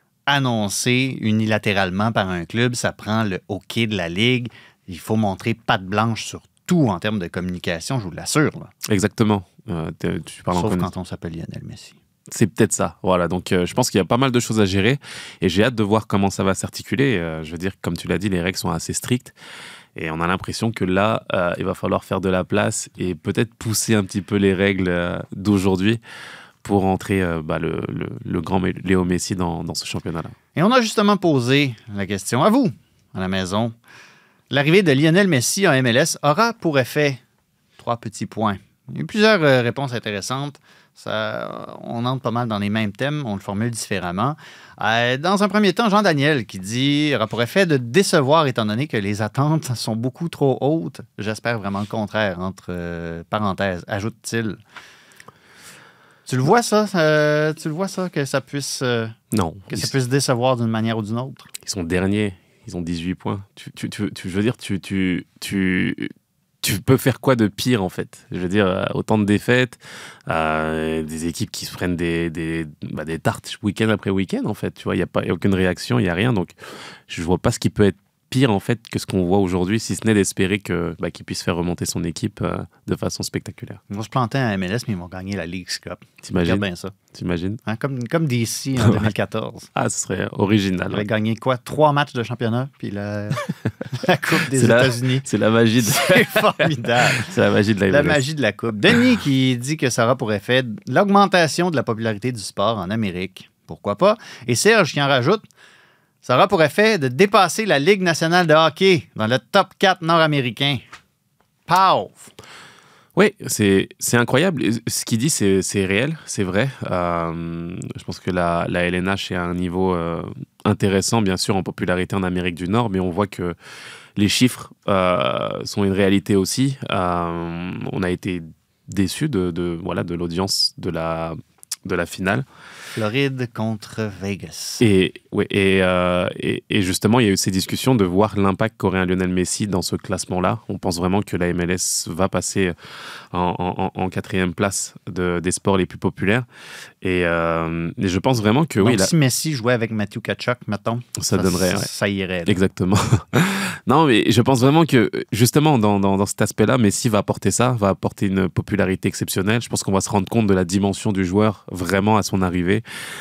annoncé unilatéralement par un club. Ça prend le OK de la Ligue. Il faut montrer patte blanche sur tout en termes de communication, je vous l'assure. là. Exactement. Euh, t'es- tu parles en Sauf conna- quand on s'appelle Lionel Messi. C'est peut-être ça. Voilà. Donc, euh, je pense qu'il y a pas mal de choses à gérer et j'ai hâte de voir comment ça va s'articuler. Euh, je veux dire, comme tu l'as dit, les règles sont assez strictes et on a l'impression que là, euh, il va falloir faire de la place et peut-être pousser un petit peu les règles euh, d'aujourd'hui pour entrer euh, bah, le, le- le grand Mé- Léo Messi dans, dans ce championnat-là. Et on a justement posé la question à vous, à la maison. L'arrivée de Lionel Messi en M L S aura pour effet trois petits points. Il y a eu plusieurs euh, réponses intéressantes. Ça, on entre pas mal dans les mêmes thèmes, on le formule différemment. Euh, dans un premier temps, Jean-Daniel qui dit aura pour effet de décevoir étant donné que les attentes sont beaucoup trop hautes. J'espère vraiment le contraire, entre euh, parenthèses, ajoute-t-il. Tu le vois, ça? euh, tu le vois, ça, que ça puisse, euh, Non. que Ils, ça puisse décevoir d'une manière ou d'une autre? ils sont derniers. Ils ont dix-huit points. Tu, tu, tu, tu- je veux dire, tu, tu, tu, tu peux faire quoi de pire, en fait? Je veux dire, euh, autant de défaites, euh, des équipes qui se prennent des, des, bah, des tartes week-end après week-end, en fait. Tu vois, il n'y a, pas- y a aucune réaction, il n'y a rien. Donc, je vois pas ce qui peut être pire, en fait, que ce qu'on voit aujourd'hui, si ce n'est d'espérer que, bah, qu'il puisse faire remonter son équipe euh, de façon spectaculaire. Ils vont se planter en M L S, mais ils vont gagner la League's Cup. T'imagines? Regarde bien ça. T'imagines? Hein, comme, comme D C en deux mille quatorze. Ah, ce serait Ils original. avaient Ouais. gagné quoi? Trois matchs de championnat, puis la, la Coupe des C'est la- États-Unis. C'est la magie de, C'est formidable. c'est la magie de la La M L S. magie de la Coupe. Denis qui dit que ça aura pour effet l'augmentation de la popularité du sport en Amérique. Pourquoi pas? Et Serge qui en rajoute, ça aura pour effet de dépasser la Ligue nationale de hockey dans le top quatre nord-américain. Pow! Oui, c'est, c'est incroyable. Et ce qu'il dit, c'est, c'est réel, c'est vrai. Euh, je pense que la, la L N H est à un niveau euh, intéressant, bien sûr, en popularité en Amérique du Nord, mais on voit que les chiffres euh, sont une réalité aussi. Euh, on a été déçus de, de, voilà, de l'audience de la, de la finale. Floride contre Vegas. Et, ouais, et, euh, et, et justement, il y a eu ces discussions de voir l'impact qu'aurait un Lionel Messi dans ce classement-là. On pense vraiment que la M L S va passer en, en, en quatrième place de, des sports les plus populaires. Et, euh, et je pense vraiment que Donc, oui, là, si Messi jouait avec Matthew Tkachuk, mettons, ça donnerait. ça, Ouais. ça irait. là. Exactement. Non, mais je pense vraiment que, justement, dans, dans, dans cet aspect-là, Messi va apporter ça, va apporter une popularité exceptionnelle. Je pense qu'on va se rendre compte de la dimension du joueur vraiment à son arrivée.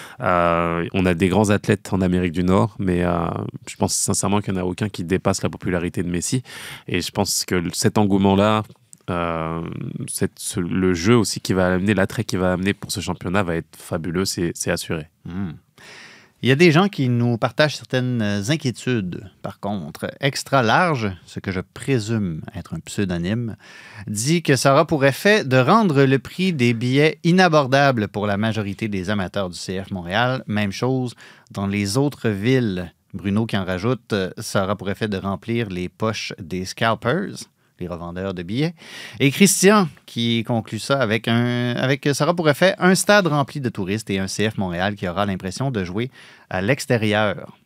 Euh, on a des grands athlètes en Amérique du Nord, mais euh, je pense sincèrement qu'il n'y en a aucun qui dépasse la popularité de Messi. Et je pense que cet engouement-là, euh, cette, ce- le jeu aussi qui va amener, l'attrait qui va amener pour ce championnat va être fabuleux, c'est, c'est assuré. Hmm. Il y a des gens qui nous partagent certaines inquiétudes. Par contre, Extra Large, ce que je présume être un pseudonyme, dit que ça aura pour effet de rendre le prix des billets inabordable pour la majorité des amateurs du C F Montréal. Même chose dans les autres villes. Bruno qui en rajoute, euh, ça aura pour effet de remplir les poches des scalpers, les revendeurs de billets. Et Christian qui conclut ça avec un, avec ça aura pour effet un stade rempli de touristes et un C F Montréal qui aura l'impression de jouer à l'extérieur.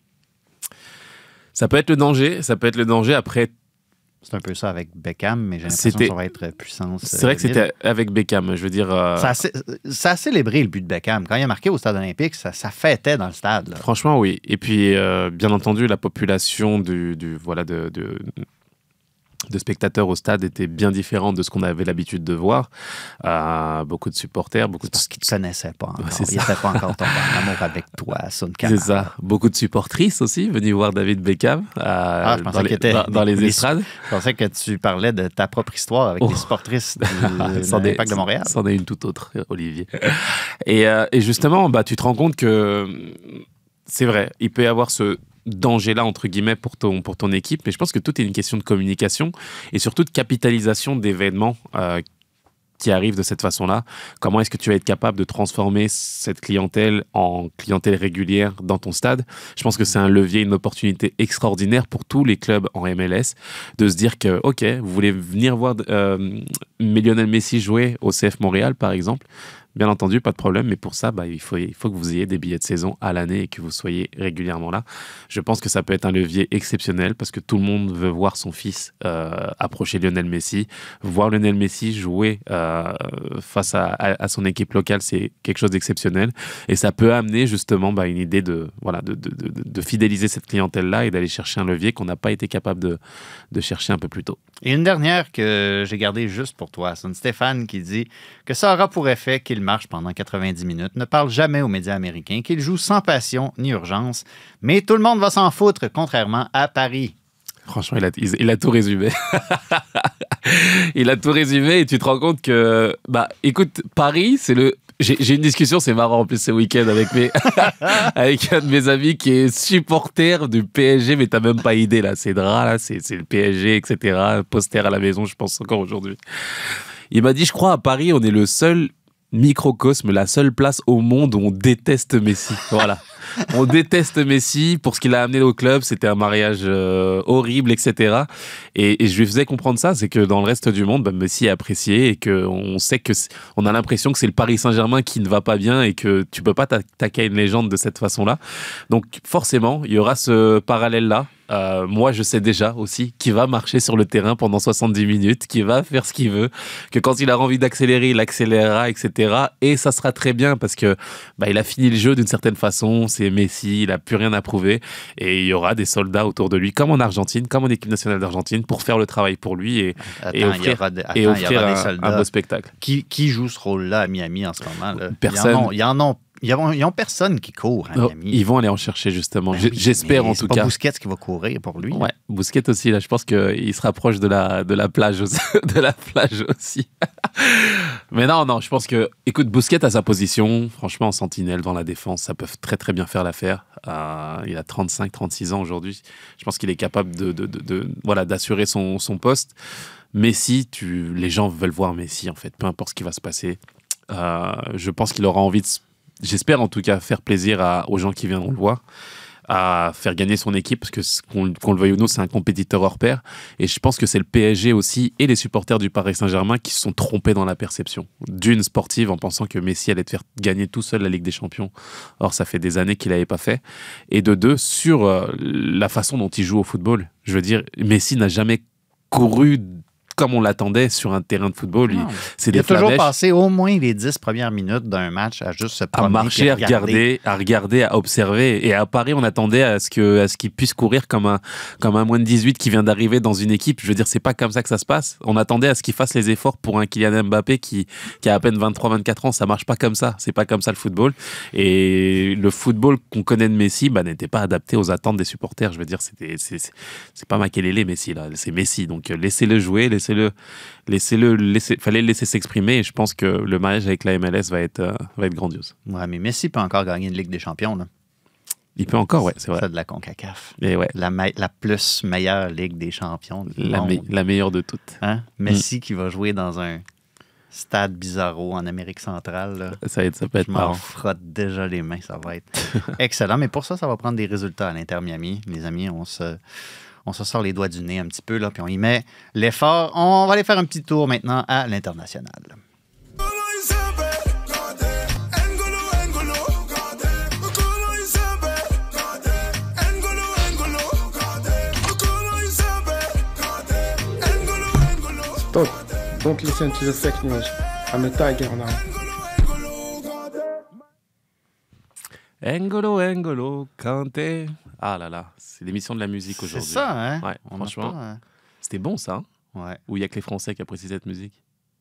Ça peut être le danger, ça peut être le danger. Après, C'est un peu ça avec Beckham, mais j'ai l'impression C'était- que ça va être puissance. c'est vrai euh, que c'était avec Beckham. Je veux dire, euh, Ça a, cé- ça a célébré le but de Beckham. Quand il a marqué au stade olympique, ça, ça fêtait dans le stade. là. franchement, oui. Et puis, euh, bien entendu, la population du, du voilà de, de, de spectateurs au stade était bien différente de ce qu'on avait l'habitude de voir. Euh, beaucoup de supporters, beaucoup de Parce qu'il ne te connaissait pas encore. c'est il ça. n'était pas encore tombé en amour avec toi, Sun C'est ça. Beaucoup de supportrices aussi, venus voir David Beckham euh, Ah, je pensais dans, les, qu'il était- dans, dans les les- estrades. Je pensais que tu parlais de ta propre histoire avec Oh. les supportrices du- de C'en est- l'Impact de Montréal. C'en est une toute autre, Olivier. et, euh, et justement, bah, tu te rends compte que c'est vrai, il peut y avoir ce danger-là, entre guillemets, pour ton, pour ton équipe, mais je pense que tout est une question de communication et surtout de capitalisation d'événements euh, qui arrivent de cette façon-là. Comment est-ce que tu vas être capable de transformer cette clientèle en clientèle régulière dans ton stade? Je pense que c'est un levier, une opportunité extraordinaire pour tous les clubs en M L S de se dire que, OK, vous voulez venir voir euh, Lionel Messi jouer au C F Montréal, par exemple. Bien entendu, pas de problème, mais pour ça, bah, il, faut, il faut que vous ayez des billets de saison à l'année et que vous soyez régulièrement là. Je pense que ça peut être un levier exceptionnel parce que tout le monde veut voir son fils euh, approcher Lionel Messi. Voir Lionel Messi jouer euh, face à, à, à son équipe locale, c'est quelque chose d'exceptionnel. Et ça peut amener justement bah, une idée de, voilà, de, de, de, de fidéliser cette clientèle-là et d'aller chercher un levier qu'on n'a pas été capable de, de chercher un peu plus tôt. Et une dernière que j'ai gardée juste pour toi, c'est une Stéphane qui dit que ça aura pour effet qu'il marche pendant quatre-vingt-dix minutes, ne parle jamais aux médias américains, qu'il joue sans passion ni urgence, mais tout le monde va s'en foutre, contrairement à Paris. Franchement, il a, il, il a tout résumé. Il a tout résumé et tu te rends compte que, bah, écoute, Paris, c'est le... J'ai, j'ai une discussion, c'est marrant en plus ce week-end avec, mes... avec un de mes amis qui est supporter du P S G, mais t'as même pas idée là, c'est drap là, c'est, c'est le P S G, et cetera. Poster à la maison, je pense encore aujourd'hui. Il m'a dit, je crois à Paris, on est le seul microcosme, la seule place au monde où on déteste Messi. Voilà. on déteste Messi pour ce qu'il a amené au club. C'était un mariage euh, horrible, et cetera. Et, et je lui faisais comprendre ça, c'est que dans le reste du monde, bah, Messi est apprécié et qu'on sait que on a l'impression que c'est le Paris Saint-Germain qui ne va pas bien et que tu peux pas t'attaquer à une légende de cette façon-là. Donc forcément, il y aura ce parallèle-là. Euh, moi, je sais déjà aussi qu'il va marcher sur le terrain pendant soixante-dix minutes, qu'il va faire ce qu'il veut, que quand il a envie d'accélérer, il accélérera, et cetera. Et ça sera très bien parce que bah, il a fini le jeu d'une certaine façon. C'est Messi, il n'a plus rien à prouver. Et il y aura des soldats autour de lui, comme en Argentine, comme en équipe nationale d'Argentine, pour faire le travail pour lui et, Attends, et offrir, il y aura des, attends, et offrir il y aura des un, soldats. un beau spectacle. Qui, qui joue ce rôle-là à Miami en ce moment? Là? Personne. Ils en ont, ils en ont Ils ont, ils ont personne qui court à Oh, Miami. ils vont aller en chercher justement. Ben J- oui, J'espère mais en c'est tout pas cas. Busquets qui va courir pour lui. Ouais, Busquets aussi là. Je pense qu'il se rapproche de la de la plage aussi, de la plage aussi. Mais non, non. Je pense que, écoute, Busquets à sa position, franchement, en sentinelle dans la défense, ça peut très très bien faire l'affaire. Euh, il a trente-cinq, trente-six ans aujourd'hui. Je pense qu'il est capable de, de, de, de voilà d'assurer son son poste. Messi, tu, les gens veulent voir Messi en fait. Peu importe ce qui va se passer. Euh, je pense qu'il aura envie de, j'espère en tout cas, faire plaisir à, aux gens qui viendront le voir, à faire gagner son équipe, parce que qu'on, qu'on le veuille ou non, c'est un compétiteur hors pair. Et je pense que c'est le P S G aussi et les supporters du Paris Saint-Germain qui se sont trompés dans la perception. D'une, sportive, en pensant que Messi allait te faire gagner tout seul la Ligue des Champions. Or, ça fait des années qu'il l'avait pas fait. Et de deux, sur euh, la façon dont il joue au football. Je veux dire, Messi n'a jamais couru comme on l'attendait sur un terrain de football. Il, c'est il des a toujours flamèches. passé au moins les dix premières minutes d'un match à juste se À promener, marcher, puis à regarder, à regarder, à observer. Et à Paris, on attendait à ce que, à ce qu'il puisse courir comme un, comme un moins de dix-huit qui vient d'arriver dans une équipe. Je veux dire, c'est pas comme ça que ça se passe. On attendait à ce qu'il fasse les efforts pour un Kylian Mbappé qui, qui a à peine vingt-trois, vingt-quatre ans. Ça marche pas comme ça. C'est pas comme ça le football. Et le football qu'on connaît de Messi, bah, n'était pas adapté aux attentes des supporters. Je veux dire, c'était, c'est, c'est, c'est pas Makelele, Messi, là. C'est Messi. Donc, laissez-le jouer, laissez-le, laissez-le, laissez, fallait le laisser s'exprimer. Et je pense que le mariage avec la M L S va être, euh, va être grandiose. Ouais, mais Messi peut encore gagner une Ligue des Champions. Là. Il peut encore, ouais, c'est vrai. Ça de la CONCACAF. Et ouais, La, me- la plus meilleure Ligue des Champions du la, monde. me- la meilleure de toutes. Hein? Messi qui va jouer dans un stade bizarro en Amérique centrale. Là. Ça, va être- ça peut être Je m'en marrant. frotte déjà les mains. Ça va être excellent. Mais pour ça, ça va prendre des résultats à l'Inter Miami. Les amis, on se... On se sort les doigts du nez un petit peu, là, puis on y met l'effort. On va aller faire un petit tour maintenant à l'international. Stop. Don't listen to the fake news. I'm a tiger now. N'Golo, N'Golo, Kanté. Ah là là, c'est l'émission de la musique C'est aujourd'hui. ça, hein? Ouais, On n'a franchement, pas, hein? c'était bon ça. Hein, Ouais, ou il y a que les Français qui apprécient cette musique.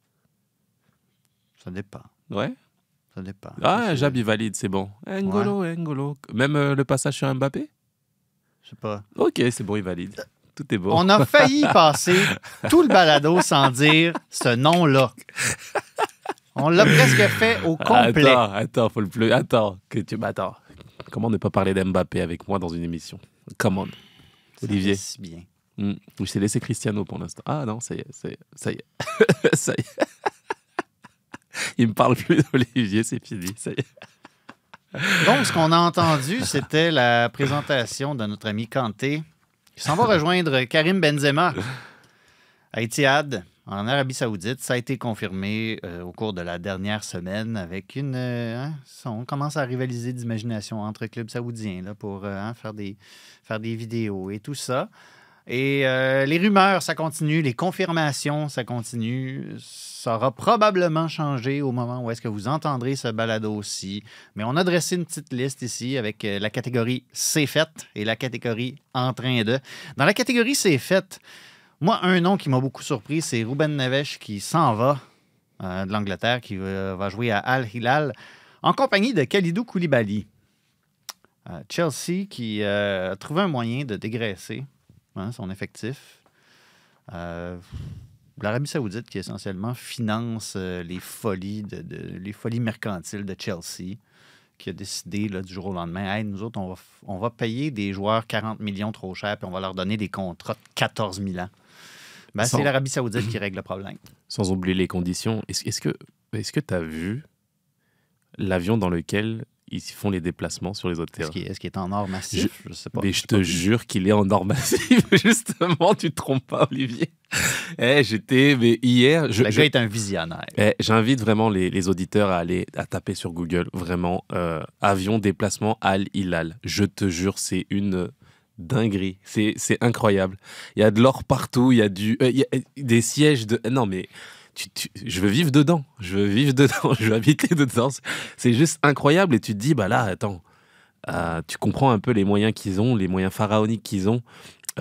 ça dépend. Ouais. Ça dépend. Ah, C'est- Jabi valide, c'est bon. N'Golo, N'Golo. Même euh, le passage sur Mbappé. Je sais pas. Ok, c'est bon, il valide. Tout est bon. On a failli passer tout le balado sans dire ce nom-là. On l'a presque fait au complet. Attends, attends, faut le plus. Attends, que tu. bah, Attends. Comment ne pas parler d'Mbappé avec moi dans une émission? Come on. Ça Olivier. fait si bien. Hmm. Je t'ai laissé Cristiano pour l'instant. Ah non, ça y est, ça y est, ça y est. ça y est. Il me parle plus d'Olivier, c'est fini, ça y est. Donc, ce qu'on a entendu, c'était la présentation de notre ami Kanté qui s'en va rejoindre Karim Benzema à Etihad, en Arabie Saoudite. Ça a été confirmé euh, au cours de la dernière semaine avec une... euh, hein, on commence à rivaliser d'imagination entre clubs saoudiens là, pour euh, hein, faire, des, faire des vidéos et tout ça. Et euh, les rumeurs, ça continue. Les confirmations, ça continue. Ça aura probablement changé au moment où est-ce que vous entendrez ce balado aussi. Mais on a dressé une petite liste ici avec euh, la catégorie « C'est fait » et la catégorie « En train de ». Dans la catégorie « C'est fait », moi, un nom qui m'a beaucoup surpris, c'est Ruben Neves qui s'en va euh, de l'Angleterre, qui euh, va jouer à Al Hilal en compagnie de Kalidou Koulibaly. Euh, Chelsea qui euh, a trouvé un moyen de dégraisser hein, son effectif. Euh, L'Arabie Saoudite qui essentiellement finance euh, les folies de, de- les folies mercantiles de Chelsea, qui a décidé là, du jour au lendemain, hey, nous autres, on va, f- on va payer des joueurs quarante millions trop cher, puis on va leur donner des contrats de quatorze mille ans. Ben, Sans- c'est l'Arabie Saoudite qui règle le problème. Sans oublier les conditions. Est-ce, est-ce que est-ce que tu as vu l'avion dans lequel ils font les déplacements sur les autres Est-ce terrains. qu'il, est-ce qu'il est en or massif? Je, sais pas. Mais je J'ai te pas vu. jure qu'il est en or massif, justement, tu te trompes pas, Olivier. Eh, j'étais, mais hier, je, Le je- gars est un visionnaire. eh, j'invite vraiment les, les auditeurs à aller à taper sur Google, vraiment, euh, avion déplacement Al Hilal. Je te jure, c'est une dinguerie, c'est, c'est incroyable. Il y a de l'or partout, il y a du, euh, il y a des sièges de, non mais. Tu, tu- je veux vivre dedans, je veux vivre dedans, je veux habiter dedans. C'est juste incroyable et tu te dis, bah là, attends, euh, tu comprends un peu les moyens qu'ils ont, les moyens pharaoniques qu'ils ont.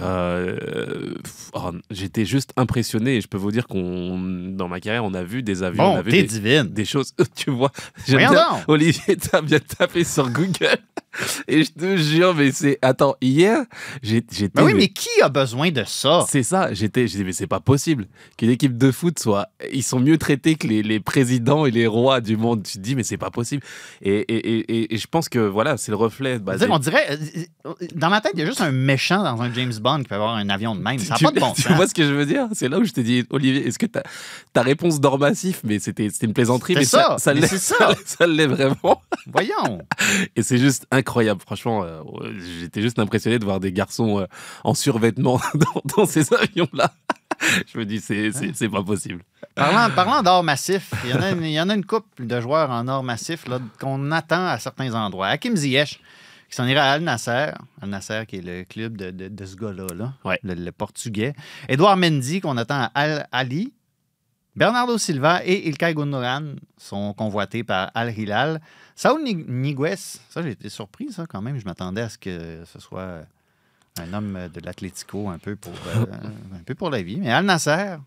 Euh, pff, oh, j'étais juste impressionné et je peux vous dire qu'on, dans ma carrière, on a vu des avions, on Bon, a vu t'es des, divine. des choses. Tu vois, j'aime Voyons bien- donc. Olivier, t'as bien tapé sur Google et je te jure, mais c'est. Attends, hier, j'ai- j'étais. Ben oui, mais- mais qui a besoin de ça? c'est ça, j'étais, j'ai dit, mais c'est pas possible qu'une équipe de foot soit. Ils sont mieux traités que les, les présidents et les rois du monde. Tu te dis, mais c'est pas possible. Et, et, et, et- et je pense que voilà, c'est le reflet. bah, Je veux dire, des- on dirait, euh, dans ma tête, il y a juste un méchant dans un James Bond qui peut avoir un avion de même. Ça n'a tu, pas de bon tu sens. vois ce que je veux dire? C'est là où je t'ai dit, Olivier, est-ce que ta, ta réponse d'or massif, mais c'était, c'était une plaisanterie, C'est mais ça, ça, ça, mais l'est, c'est ça. ça l'est vraiment. Voyons. Et c'est juste incroyable, franchement. euh, j'étais juste impressionné de voir des garçons euh, en survêtement dans, dans ces avions-là. Je me dis, c'est, c'est, c'est pas possible. Parlant, parlant d'or massif, il y, en a une, il y en a une couple de joueurs en or massif là, qu'on attend à certains endroits. Hakim Ziyech, qui s'en ira à Al Nasser. Al Nasser, qui est le club de, de, de ce gars-là, là, Ouais. le, le portugais. Edouard Mendy, qu'on attend à Al Ali. Bernardo Silva et Ilkay Gundogan sont convoités par Al Hilal. Saúl Ni- Ñíguez, ça, j'ai été surpris, ça, quand même. Je m'attendais à ce que ce soit un homme de l'Atlético un peu pour, euh, un peu pour la vie. Mais Al Nasser, hein,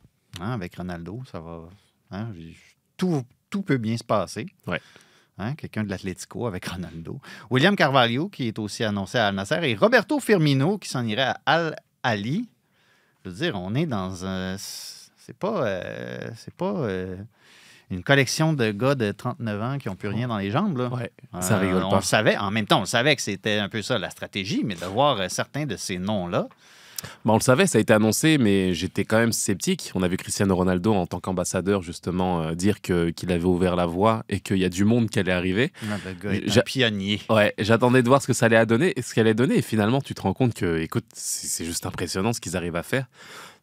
avec Ronaldo, ça va. hein, j'ai- tout, tout peut bien se passer. Ouais. Hein, quelqu'un de l'Atlético avec Ronaldo. William Carvalho, qui est aussi annoncé à Al Nasser. Et Roberto Firmino, qui s'en irait à Al Ali. Je veux dire, on est dans un. C'est pas. euh, c'est pas. euh, une collection de gars de trente-neuf ans qui n'ont plus rien dans les jambes. Là. Ouais, ça rigole on pas. le savait. En même temps, on le savait que c'était un peu ça la stratégie, mais de voir euh, certains de ces noms-là. Bah, on le savait, ça a été annoncé, mais j'étais quand même sceptique. On a vu Cristiano Ronaldo en tant qu'ambassadeur, justement, euh, dire que, qu'il avait ouvert la voie et qu'il y a du monde qui allait arriver. Le gars est un J'a- pionnier. Ouais, j'attendais de voir ce que ça allait donner, ce qu'elle allait donner, et finalement, tu te rends compte que, écoute, c'est, c'est juste impressionnant ce qu'ils arrivent à faire.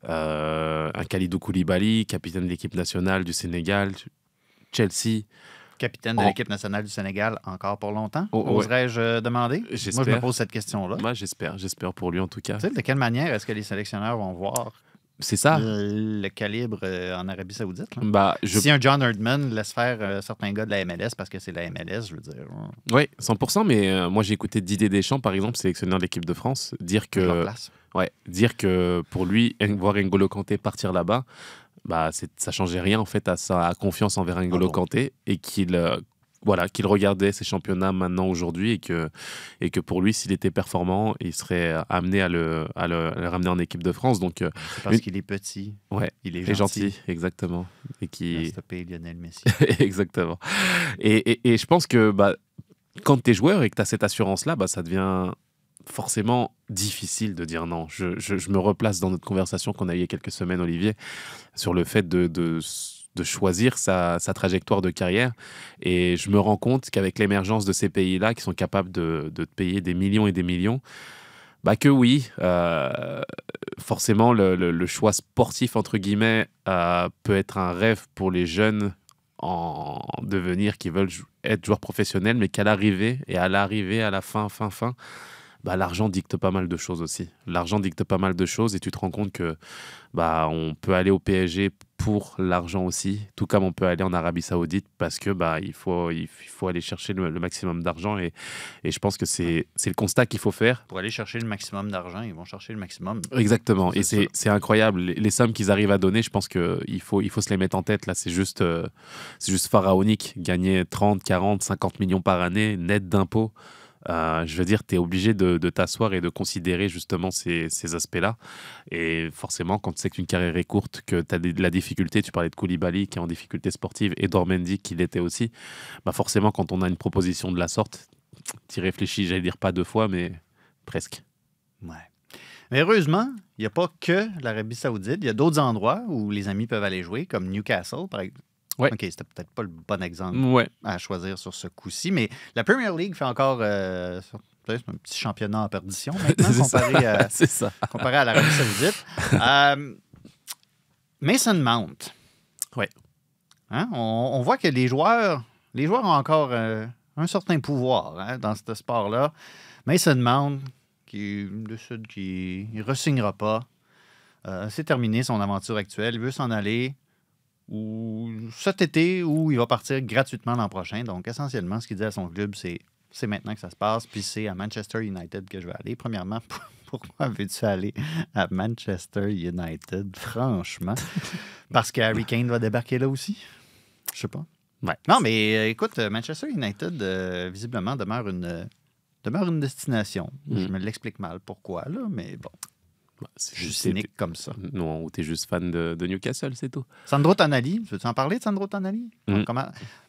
Euh, un Kalidou Koulibaly, capitaine de l'équipe nationale du Sénégal, Chelsea. Capitaine de En- l'équipe nationale du Sénégal encore pour longtemps, Oh, ouais. oserais-je euh, demander? J'espère. Moi, je me pose cette question-là. Moi, j'espère, j'espère pour lui en tout cas. Tu sais, de quelle manière est-ce que les sélectionneurs vont voir C'est ça. le, le calibre euh, en Arabie Saoudite? Là? Bah, je Si un John Herdman laisse faire euh, certains gars de la M L S parce que c'est la M L S, je veux dire, euh, Oui, cent pour cent, mais euh, moi j'ai écouté Didier Deschamps, par exemple, sélectionneur de l'équipe de France, dire je leur que, place. ouais, dire que pour lui, en- voir N'Golo Kanté partir là-bas, bah, c'est, ça changeait rien en fait à sa confiance envers N'Golo Ah bon. Kanté et qu'il, euh, voilà, qu'il regardait ses championnats maintenant, aujourd'hui, et que, et que pour lui, s'il était performant, il serait amené à le, à le, à le ramener en équipe de France. Donc, euh, C'est parce une- qu'il est petit. ouais, Il est il est gentil. gentil, exactement. Et qui... Il a stoppé Lionel Messi. Exactement. Et, et- et je pense que bah, quand tu es joueur et que tu as cette assurance-là, bah, ça devient forcément difficile de dire non. Je, je- je me replace dans notre conversation qu'on a eue il y a quelques semaines, Olivier, sur le fait de, de, de choisir sa, sa trajectoire de carrière. Et je me rends compte qu'avec l'émergence de ces pays-là qui sont capables de, de te payer des millions et des millions, bah que oui, euh, forcément, le, le- le choix sportif, entre guillemets, euh, peut être un rêve pour les jeunes en devenir, qui veulent jou- être joueurs professionnels, mais qu'à l'arrivée, et à l'arrivée, à la fin, fin, fin, bah, l'argent dicte pas mal de choses aussi. L'argent dicte pas mal de choses et tu te rends compte que bah, on peut aller au P S G pour l'argent aussi, tout comme on peut aller en Arabie Saoudite parce que bah, il, faut, il faut aller chercher le, le maximum d'argent et, et je pense que c'est, c'est le constat qu'il faut faire. Pour aller chercher le maximum d'argent, ils vont chercher le maximum. Exactement, C'est et c'est, ça. c'est incroyable. Les, les sommes qu'ils arrivent à donner, je pense qu'il faut, il faut se les mettre en tête. Là, c'est juste, euh, c'est juste pharaonique. Gagner trente, quarante, cinquante millions par année, net d'impôts. Euh, je veux dire, tu es obligé de, de t'asseoir et de considérer justement ces, ces aspects-là. Et forcément, quand tu sais qu'une carrière est courte, que tu as de la difficulté, tu parlais de Koulibaly qui est en difficulté sportive et Dormendi qui l'était aussi, bah forcément, quand on a une proposition de la sorte, tu y réfléchis, j'allais dire pas deux fois, mais presque. Ouais. Mais heureusement, il n'y a pas que l'Arabie Saoudite. Il y a d'autres endroits où les amis peuvent aller jouer, comme Newcastle, par exemple. Ouais. OK, c'était peut-être pas le bon exemple Ouais. à choisir sur ce coup-ci, mais la Premier League fait encore euh, c'est un petit championnat en perdition maintenant C'est ça. comparé, à, C'est ça. comparé à l'Arabie Saoudite. Euh, Mason Mount. Ouais. Hein? On, on voit que les joueurs, les joueurs ont encore euh, un certain pouvoir hein, dans ce sport-là. Mason Mount, qui décide qu'il ne re-signera pas. Euh, c'est terminé son aventure actuelle. Il veut s'en aller ou cet été ou il va partir gratuitement l'an prochain. Donc, essentiellement, ce qu'il dit à son club, c'est c'est maintenant que ça se passe. Puis c'est à Manchester United que je vais aller. Premièrement, pourquoi veux-tu aller à Manchester United? Franchement. Parce que Harry Kane va débarquer là aussi? Je sais pas. Ouais. Non, mais euh, écoute, Manchester United, euh, visiblement, demeure une, euh, demeure une destination. Mm. Je me l'explique mal pourquoi, là, mais bon. Bah, c'est Je suis juste- cynique comme ça. Non, ou t'es juste fan de, de Newcastle, c'est tout. Sandro Tonali, veux-tu en parler de Sandro Tonali? Mm. Comment...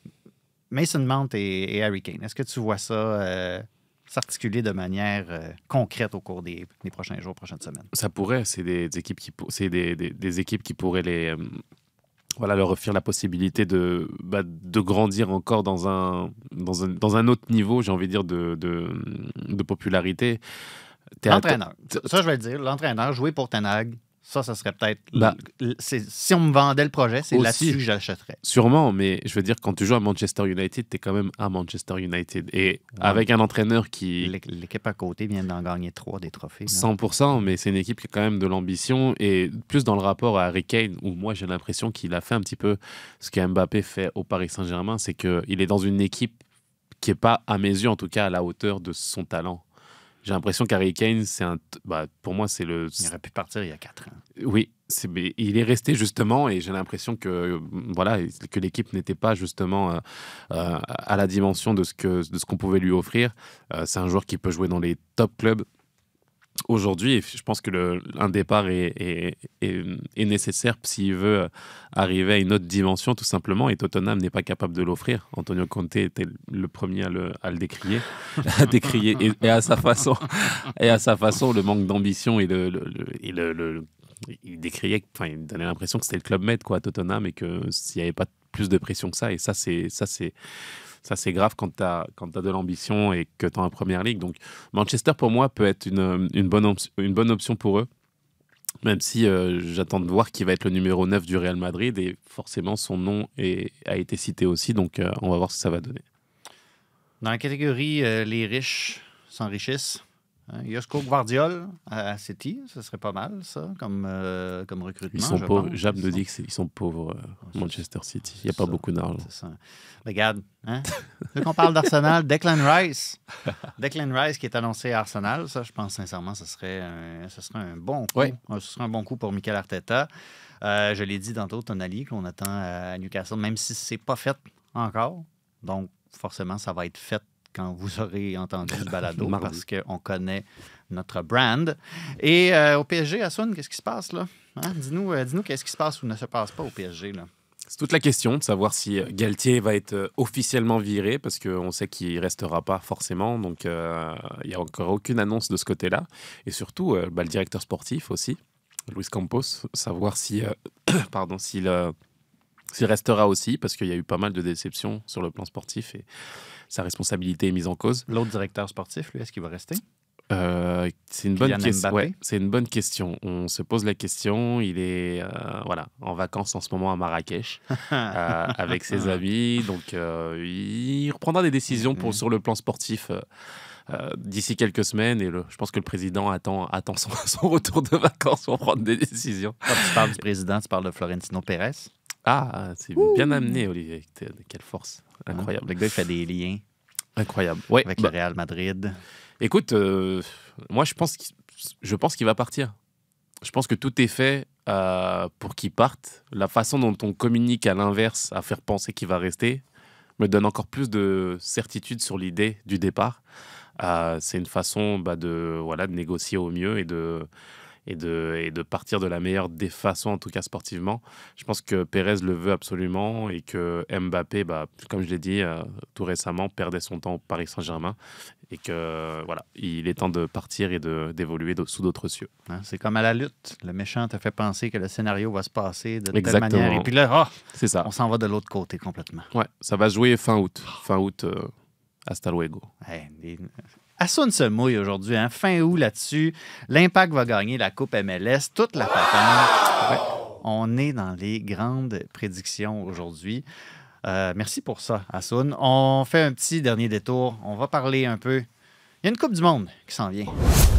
Mason Mount et, et Harry Kane, est-ce que tu vois ça euh, s'articuler de manière euh, concrète au cours des, des prochains jours, prochaines semaines? Ça pourrait, c'est des, des équipes qui, pour- c'est des, des, des équipes qui pourraient les, euh, voilà, leur offrir la possibilité de, bah, de grandir encore dans un, dans un, dans un autre niveau, j'ai envie de dire, de, de, de popularité. T'es à- L'entraîneur, ça je vais le dire, l'entraîneur, jouer pour Ten Hag, ça, ça serait peut-être... Bah, l- c'est- si on me vendait le projet, c'est aussi. là-dessus que j'achèterais. Sûrement, mais je veux dire, quand tu joues à Manchester United, tu es quand même à Manchester United. Et avec un entraîneur qui... L'é- L'équipe à côté vient d'en gagner trois des trophées. là. cent pour cent, mais c'est une équipe qui a quand même de l'ambition et plus dans le rapport à Harry Kane, où moi j'ai l'impression qu'il a fait un petit peu ce que Mbappé fait au Paris Saint-Germain, c'est qu'il est dans une équipe qui n'est pas, à mes yeux en tout cas, à la hauteur de son talent. J'ai l'impression qu'Harry Kane, c'est un, t- bah, pour moi, c'est le. Il aurait pu partir il y a quatre ans. Oui, c'est, mais il est resté justement, et j'ai l'impression que euh, voilà, que l'équipe n'était pas justement euh, euh, à la dimension de ce que de ce qu'on pouvait lui offrir. Euh, c'est un joueur qui peut jouer dans les top clubs aujourd'hui, et je pense que le, un départ est, est, est, est nécessaire s'il veut arriver à une autre dimension, tout simplement. Et Tottenham n'est pas capable de l'offrir. Antonio Conte était le premier à le, à le décrier, à décrier, et, et à sa façon, et à sa façon, le manque d'ambition et le, le, le, et le, le il décriait, enfin, il donnait l'impression que c'était le club med, quoi, à Tottenham, et que s'il n'y avait pas plus de pression que ça, et ça, c'est, ça, c'est, ça, c'est grave quand tu as quand t'as de l'ambition et que tu es en première ligue. Donc, Manchester, pour moi, peut être une, une, bonne, op- une bonne option pour eux, même si euh, j'attends de voir qui va être le numéro neuf du Real Madrid, et forcément, son nom est, a été cité aussi, donc euh, on va voir ce que ça va donner. Dans la catégorie euh, les riches s'enrichissent, hein, Josko Gvardiol à City, ce serait pas mal, ça, comme, euh, comme recrutement. Ils sont je pauvres. pense. Jab Ils nous sont- dit qu'ils sont pauvres, euh, c'est- Manchester City. Il n'y a c'est pas ça. beaucoup d'argent. C'est ça. Regarde, hein? Vu qu'on parle d'Arsenal, Declan Rice. Declan Rice qui est annoncé à Arsenal, ça, je pense sincèrement, ce serait un, ce serait un bon coup. Ouais. Euh, Ce serait un bon coup pour Mikel Arteta. Euh, je l'ai dit tantôt, Tonali, qu'on attend à Newcastle, même si c'est pas fait encore. Donc, forcément, ça va être fait quand vous aurez entendu ce balado, Mardi. parce qu'on connaît notre brand. Et euh, au P S G, Asun, qu'est-ce qui se passe là? Hein? Dis-nous, euh, dis-nous qu'est-ce qui se passe ou ne se passe pas au P S G, là? C'est toute la question de savoir si Galtier va être euh, officiellement viré, parce qu'on sait qu'il ne restera pas forcément. Donc, euh, il n'y a encore aucune annonce de ce côté-là. Et surtout, euh, bah, le directeur sportif aussi, Luis Campos, savoir si, euh, pardon, s'il, euh, s'il restera aussi, parce qu'il y a eu pas mal de déceptions sur le plan sportif et sa responsabilité est mise en cause. L'autre directeur sportif, lui, est-ce qu'il va rester? Euh, c'est une bonne Kylian question. Mbappé. Ouais, c'est une bonne question. On se pose la question. Il est euh, voilà en vacances en ce moment à Marrakech euh, avec ses amis. Donc euh, il reprendra des décisions pour, Mhm. sur le plan sportif euh, euh, d'ici quelques semaines. Et le, je pense que le président attend, attend son, son retour de vacances pour prendre des décisions. Quand tu parles du président, tu parles de Florentino Pérez. Ah, c'est bien amené, Olivier. Quelle quelle force. Incroyable. Le gars, il fait des liens Incroyable. Ouais, avec bah, le Real Madrid. Écoute, euh, moi je pense qu'il, je pense qu'il va partir. Je pense que tout est fait euh, pour qu'il parte. La façon dont on communique à l'inverse, à faire penser qu'il va rester, me donne encore plus de certitude sur l'idée du départ. Euh, c'est une façon bah, de, voilà, de négocier au mieux et de, et de, et de partir de la meilleure des façons, en tout cas sportivement. Je pense que Pérez le veut absolument et que Mbappé, bah, comme je l'ai dit euh, tout récemment, perdait son temps au Paris Saint-Germain et que voilà, il est temps de partir et de, d'évoluer de, sous d'autres cieux. Hein, c'est comme à la lutte. Le méchant te fait penser que le scénario va se passer de telle Exactement. manière. Et puis là, oh, C'est ça. on s'en va de l'autre côté complètement. Ouais, ça va se jouer fin août. Fin août, euh, hasta luego. Hey, les... Assun se mouille aujourd'hui, hein? Fin août là-dessus. L'Impact va gagner la Coupe M L S, toute la patente. Ouais, on est dans les grandes prédictions aujourd'hui. Euh, merci pour ça, Assun. On fait un petit dernier détour. On va parler un peu. Il y a une Coupe du Monde qui s'en vient.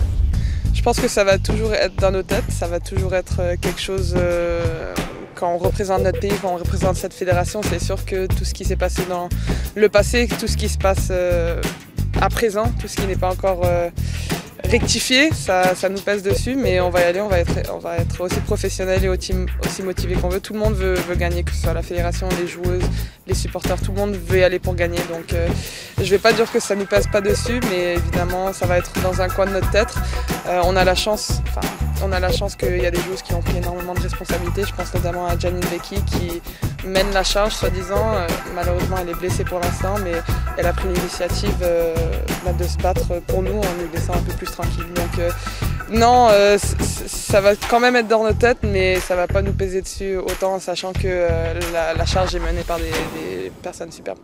Je pense que ça va toujours être dans nos têtes. Ça va toujours être quelque chose... Euh... Quand on représente notre pays, quand on représente cette fédération, c'est sûr que tout ce qui s'est passé dans le passé, tout ce qui se passe euh, à présent, tout ce qui n'est pas encore euh, rectifié, ça, ça nous pèse dessus, mais on va y aller, on va être, on va être aussi professionnel et aussi, aussi motivé qu'on veut. Tout le monde veut, veut gagner, que ce soit la fédération, les joueuses, les supporters, tout le monde veut y aller pour gagner. Donc euh, je ne vais pas dire que ça ne nous pèse pas dessus, mais évidemment ça va être dans un coin de notre tête. Euh, on a la chance, enfin, on a la chance qu'il y a des joueuses qui ont pris énormément de responsabilités. Je pense notamment à Janine Beckie qui mène la charge, soi-disant. Euh, malheureusement, elle est blessée pour l'instant, mais elle a pris l'initiative euh, de se battre pour nous en nous laissant un peu plus tranquille. Donc euh, non, euh, ça va quand même être dans nos têtes, mais ça ne va pas nous peser dessus autant, en sachant que euh, la, la charge est menée par des, des personnes superbes.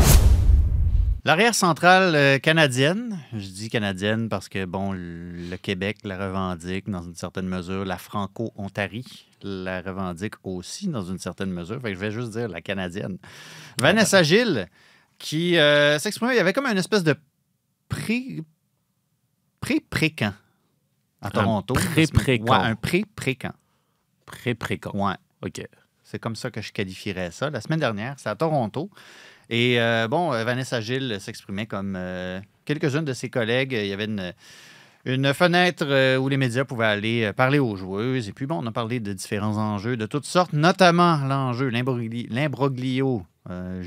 L'arrière centrale euh, canadienne, je dis canadienne parce que, bon, le Québec la revendique dans une certaine mesure, la Franco-Ontarie la revendique aussi dans une certaine mesure, fait que je vais juste dire la canadienne. Vanessa Gilles, qui euh, s'exprimait, il y avait comme une espèce de pré... pré-pré-camp à Toronto. Un pré-pré-camp. Ouais, un pré-pré-camp. Pré-pré-camp. Ouais. OK. C'est comme ça que je qualifierais ça. La semaine dernière, c'est à Toronto. Et euh, bon, Vanessa Gilles s'exprimait comme euh, quelques-unes de ses collègues. Il y avait une, une fenêtre euh, où les médias pouvaient aller parler aux joueuses. Et puis bon, on a parlé de différents enjeux de toutes sortes, notamment l'enjeu, l'imbroglio, l'imbroglio euh,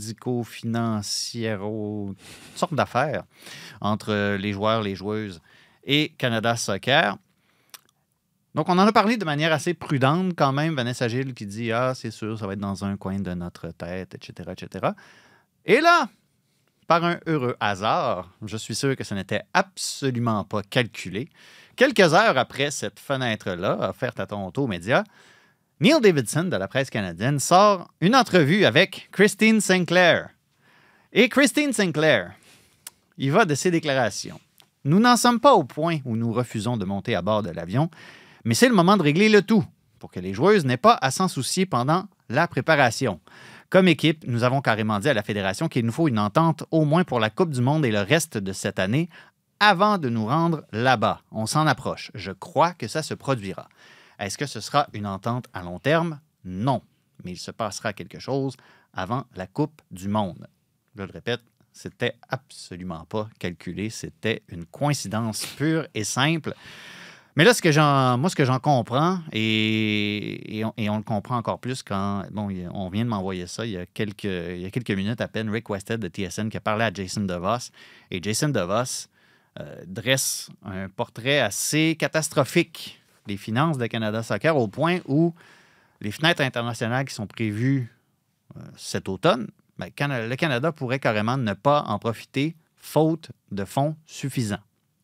juridico-financiero, toutes sortes d'affaires entre les joueurs, les joueuses et Canada Soccer. Donc, on en a parlé de manière assez prudente quand même. Vanessa Gilles qui dit « Ah, c'est sûr, ça va être dans un coin de notre tête, et cetera, et cetera » Et là, par un heureux hasard, je suis sûr que ce n'était absolument pas calculé, quelques heures après cette fenêtre-là, offerte à Toronto aux médias, Neil Davidson de la presse canadienne sort une entrevue avec Christine Sinclair. Et Christine Sinclair, il va de ses déclarations. « Nous n'en sommes pas au point où nous refusons de monter à bord de l'avion, mais c'est le moment de régler le tout pour que les joueuses n'aient pas à s'en soucier pendant la préparation. Comme équipe, nous avons carrément dit à la Fédération qu'il nous faut une entente au moins pour la Coupe du Monde et le reste de cette année avant de nous rendre là-bas. On s'en approche. Je crois que ça se produira. Est-ce que ce sera une entente à long terme? Non. Mais il se passera quelque chose avant la Coupe du Monde. Je le répète, c'était absolument pas calculé. C'était une coïncidence pure et simple. Mais là, ce que j'en, moi, ce que j'en comprends, et, et, on, et on le comprend encore plus quand, bon, on vient de m'envoyer ça il y a quelques, il y a quelques minutes à peine, Rick Westhead de T S N qui a parlé à Jason DeVos. Et Jason DeVos euh, dresse un portrait assez catastrophique des finances de Canada Soccer au point où les fenêtres internationales qui sont prévues euh, cet automne, ben, le Canada pourrait carrément ne pas en profiter faute de fonds suffisants.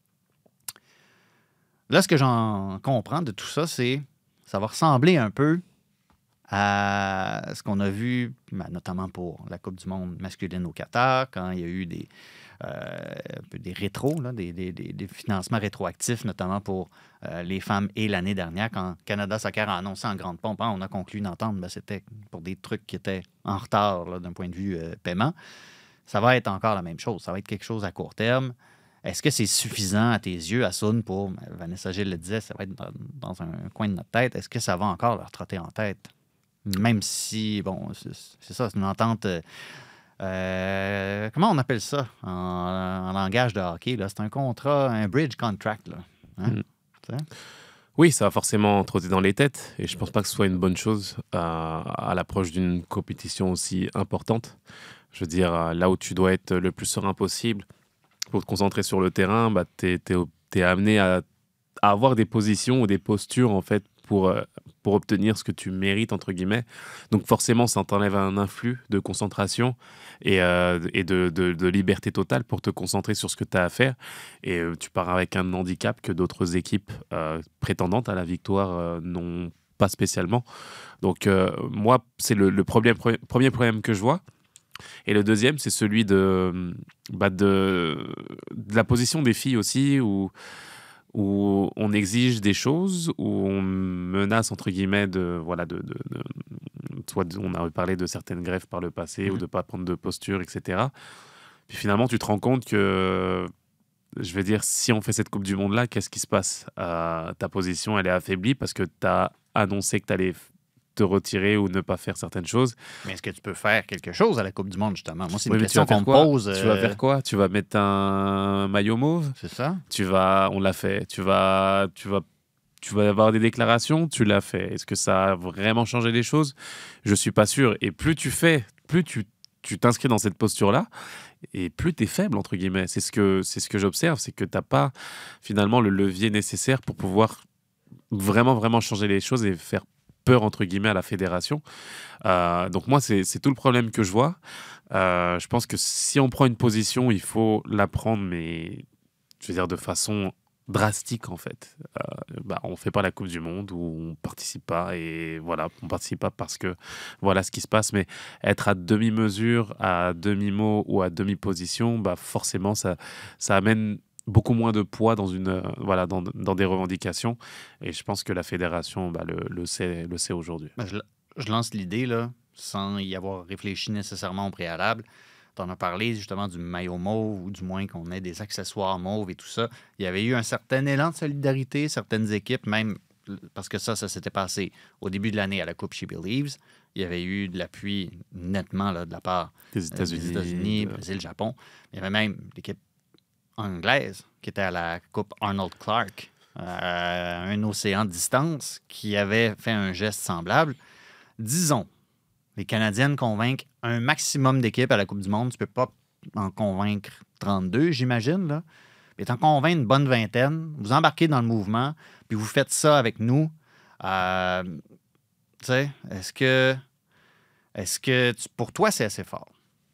Là, ce que j'en comprends de tout ça, c'est ça va ressembler un peu à ce qu'on a vu, ben, notamment pour la Coupe du monde masculine au Qatar, quand il y a eu des, euh, un peu des rétros, là, des, des, des financements rétroactifs, notamment pour euh, les femmes, et l'année dernière, quand Canada Soccer a annoncé en grande pompe, hein, on a conclu une entente, ben, c'était pour des trucs qui étaient en retard là, d'un point de vue euh, paiement. Ça va être encore la même chose. Ça va être quelque chose à court terme. Est-ce que c'est suffisant à tes yeux, Assun, pour, Vanessa Gilles le disait, ça va être dans, dans un coin de notre tête. Est-ce que ça va encore leur trotter en tête? Même si, bon, c'est, c'est ça, c'est une entente... Euh, comment on appelle ça en, en langage de hockey? Là? C'est un contrat, un bridge contract. Là. Hein? Mm. Oui, ça va forcément trotter dans les têtes. Et je ne pense pas que ce soit une bonne chose à, à l'approche d'une compétition aussi importante. Je veux dire, là où tu dois être le plus serein possible, pour te concentrer sur le terrain, bah, tu es amené à à avoir des positions ou des postures, en fait, pour, euh, pour obtenir ce que tu mérites, entre guillemets. Donc forcément, ça t'enlève un influx de concentration et, euh, et de, de, de liberté totale pour te concentrer sur ce que tu as à faire. Et euh, tu pars avec un handicap que d'autres équipes euh, prétendantes à la victoire euh, n'ont pas spécialement. Donc euh, moi, c'est le, le problème, premier problème que je vois. Et le deuxième, c'est celui de, bah de, de la position des filles aussi, où, où on exige des choses, où on menace, entre guillemets, de, voilà, de, de, de, soit de, on a parlé de certaines grèves par le passé, mmh. ou de ne pas prendre de posture, et cetera. Puis finalement, tu te rends compte que, je veux dire, si on fait cette Coupe du Monde-là, qu'est-ce qui se passe ? euh, Ta position, elle est affaiblie parce que tu as annoncé que tu allais te retirer ou ne pas faire certaines choses. Mais est-ce que tu peux faire quelque chose à la Coupe du Monde, justement? Moi, c'est une oui, question qu'on me pose. Tu vas faire quoi? Tu vas mettre un maillot mauve? C'est ça. Tu vas, on l'a fait. Tu vas, tu vas, tu vas avoir des déclarations? Tu l'as fait. Est-ce que ça a vraiment changé les choses? Je suis pas sûr. Et plus tu fais, plus tu, tu t'inscris dans cette posture-là, et plus tu es faible, entre guillemets. C'est ce que, c'est ce que j'observe, c'est que tu n'as pas finalement le levier nécessaire pour pouvoir vraiment, vraiment changer les choses et faire peur, entre guillemets, à la fédération. Euh, donc moi, c'est, c'est tout le problème que je vois. Euh, je pense que si on prend une position, il faut la prendre, mais je veux dire de façon drastique, en fait. Euh, bah, on ne fait pas la Coupe du Monde ou on ne participe pas, et voilà, on ne participe pas parce que voilà ce qui se passe, mais être à demi-mesure, à demi-mot ou à demi-position, bah, forcément, ça, ça amène beaucoup moins de poids dans, une, euh, voilà, dans, dans des revendications. Et je pense que la fédération bah, le, le sait, le sait aujourd'hui. Ben, je, je lance l'idée, là, sans y avoir réfléchi nécessairement au préalable. Tu en as parlé justement du maillot mauve, ou du moins qu'on ait des accessoires mauves et tout ça. Il y avait eu un certain élan de solidarité, certaines équipes, même parce que ça, ça s'était passé au début de l'année à la Coupe She Believes. Il y avait eu de l'appui nettement là, de la part des États-Unis, des États-Unis de... Brésil, Japon. Il y avait même l'équipe anglaise qui était à la Coupe Arnold Clark, euh, un océan de distance, qui avait fait un geste semblable. Disons, les Canadiennes convainquent un maximum d'équipes à la Coupe du Monde. Tu ne peux pas en convaincre trente-deux, j'imagine, là. Mais t'en convaincs une bonne vingtaine, vous embarquez dans le mouvement, puis vous faites ça avec nous. Euh, tu sais, est-ce que, est-ce que tu, pour toi, c'est assez fort?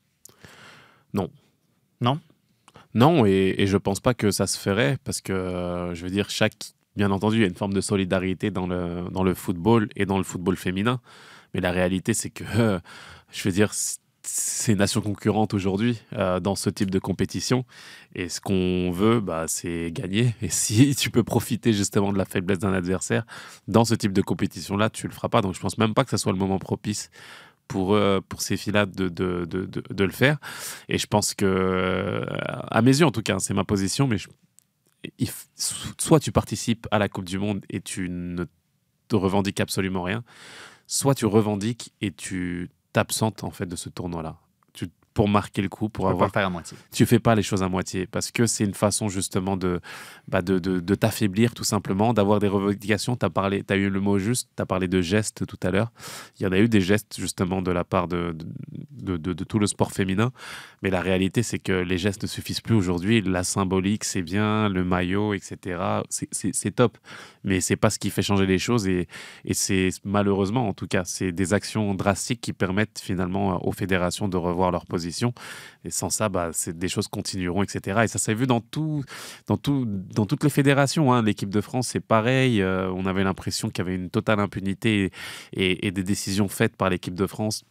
Non. Non? Non, et, et je pense pas que ça se ferait parce que, euh, je veux dire, chaque... Bien entendu, il y a une forme de solidarité dans le, dans le football et dans le football féminin. Mais la réalité, c'est que, euh, je veux dire, c'est une nation concurrente aujourd'hui euh, dans ce type de compétition. Et ce qu'on veut, bah, c'est gagner. Et si tu peux profiter justement de la faiblesse d'un adversaire dans ce type de compétition-là, tu le feras pas. Donc, je pense même pas que ce soit le moment propice pour, euh, pour ces filles-là de, de, de, de, de le faire. Et je pense que, euh, à mes yeux en tout cas, c'est ma position, mais je, il, soit tu participes à la Coupe du Monde et tu ne te revendiques absolument rien, soit tu revendiques et tu t'absentes en fait de ce tournoi-là. Tu, pour marquer le coup, pour tu avoir... peux pas le faire à moitié. Tu fais pas les choses à moitié parce que c'est une façon justement de, bah de, de, de t'affaiblir tout simplement, d'avoir des revendications. Tu as parlé, tu as eu le mot juste, tu as parlé de gestes tout à l'heure. Il y en a eu des gestes justement de la part de, de, de, de, de tout le sport féminin. Mais la réalité, c'est que les gestes ne suffisent plus aujourd'hui. La symbolique, c'est bien, le maillot, et cetera. C'est, c'est, c'est top. Mais c'est pas ce qui fait changer les choses et, et c'est malheureusement, en tout cas, c'est des actions drastiques qui permettent finalement aux fédérations de revoir leur position. Et sans ça, bah, c'est, des choses continueront, et cetera. Et ça s'est vu dans, tout, dans, tout, dans toutes les fédérations. Hein. L'équipe de France, c'est pareil. Euh, on avait l'impression qu'il y avait une totale impunité et, et, et des décisions faites par l'équipe de France.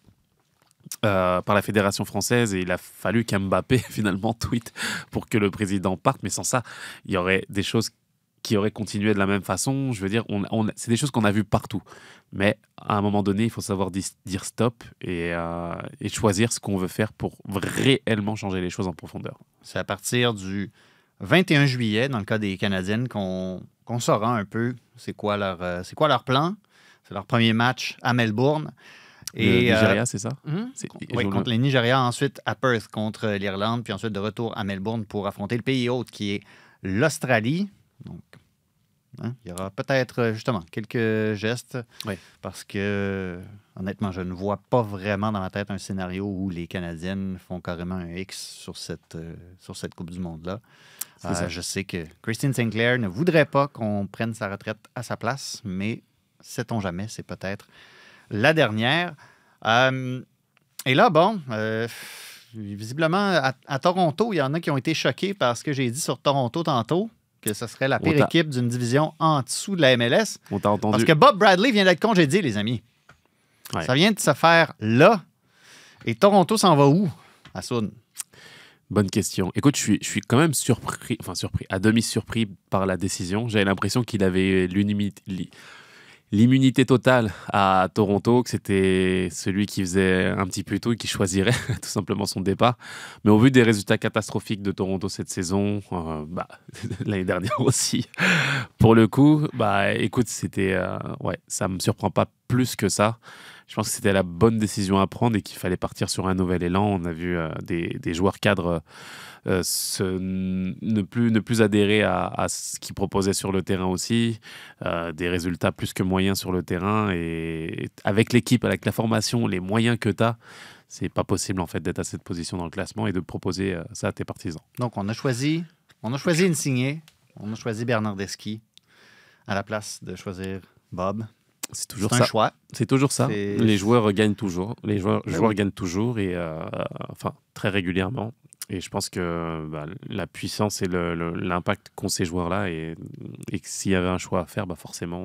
Euh, par la fédération française, et il a fallu qu'Mbappé finalement tweete pour que le président parte, mais sans ça il y aurait des choses qui auraient continué de la même façon. Je veux dire, on, on, c'est des choses qu'on a vues partout, mais à un moment donné il faut savoir dis, dire stop et, euh, et choisir ce qu'on veut faire pour réellement changer les choses en profondeur. C'est à partir du vingt et un juillet, dans le cas des Canadiennes, qu'on, qu'on saura un peu c'est quoi leur, euh, c'est quoi leur plan. C'est leur premier match à Melbourne. Et Et, le Nigeria, euh, c'est ça? Hum, c'est, oui, contre le Nigeria, ensuite à Perth contre l'Irlande, puis ensuite de retour à Melbourne pour affronter le pays hôte qui est l'Australie. Donc, Hein? Il y aura peut-être, justement, quelques gestes. Oui. Parce que, honnêtement, je ne vois pas vraiment dans ma tête un scénario où les Canadiennes font carrément un X sur cette, euh, sur cette Coupe du Monde-là. Euh, je sais que Christine Sinclair ne voudrait pas qu'on prenne sa retraite à sa place, mais sait-on jamais, c'est peut-être la dernière. Euh, et là, bon, euh, visiblement, à, à Toronto, il y en a qui ont été choqués par ce que j'ai dit sur Toronto tantôt, que ce serait la pire équipe d'une division en dessous de la M L S. On t'a entendu. Parce que Bob Bradley vient d'être congédié, les amis. Ouais. Ça vient de se faire là. Et Toronto s'en va où, Assoun? Bonne question. Écoute, je suis, je suis quand même surpris, enfin surpris, à demi surpris par la décision. J'avais l'impression qu'il avait l'unanimité... l'immunité totale à Toronto, que c'était celui qui faisait un petit peu tout et qui choisirait tout simplement son départ. Mais au vu des résultats catastrophiques de Toronto cette saison, euh, bah, l'année dernière aussi, pour le coup, bah, écoute, c'était, euh, ouais, ça ne me surprend pas plus que ça. Je pense que c'était la bonne décision à prendre et qu'il fallait partir sur un nouvel élan. On a vu euh, des, des joueurs cadres euh, se, ne, plus, ne plus adhérer à, à ce qu'ils proposaient sur le terrain aussi. Euh, des résultats plus que moyens sur le terrain. Et avec l'équipe, avec la formation, les moyens que tu as, c'est pas possible en fait d'être à cette position dans le classement et de proposer euh, ça à tes partisans. Donc, on a choisi, on a choisi Insigné, on a choisi Bernardeschi à la place de choisir Bob. C'est toujours c'est ça. un choix. C'est toujours ça. C'est... Les joueurs gagnent toujours. Les joueurs, ben joueurs oui. gagnent toujours et euh, enfin très régulièrement. Et je pense que bah, la puissance et le, le, l'impact qu'ont ces joueurs-là et, et que s'il y avait un choix à faire, bah forcément,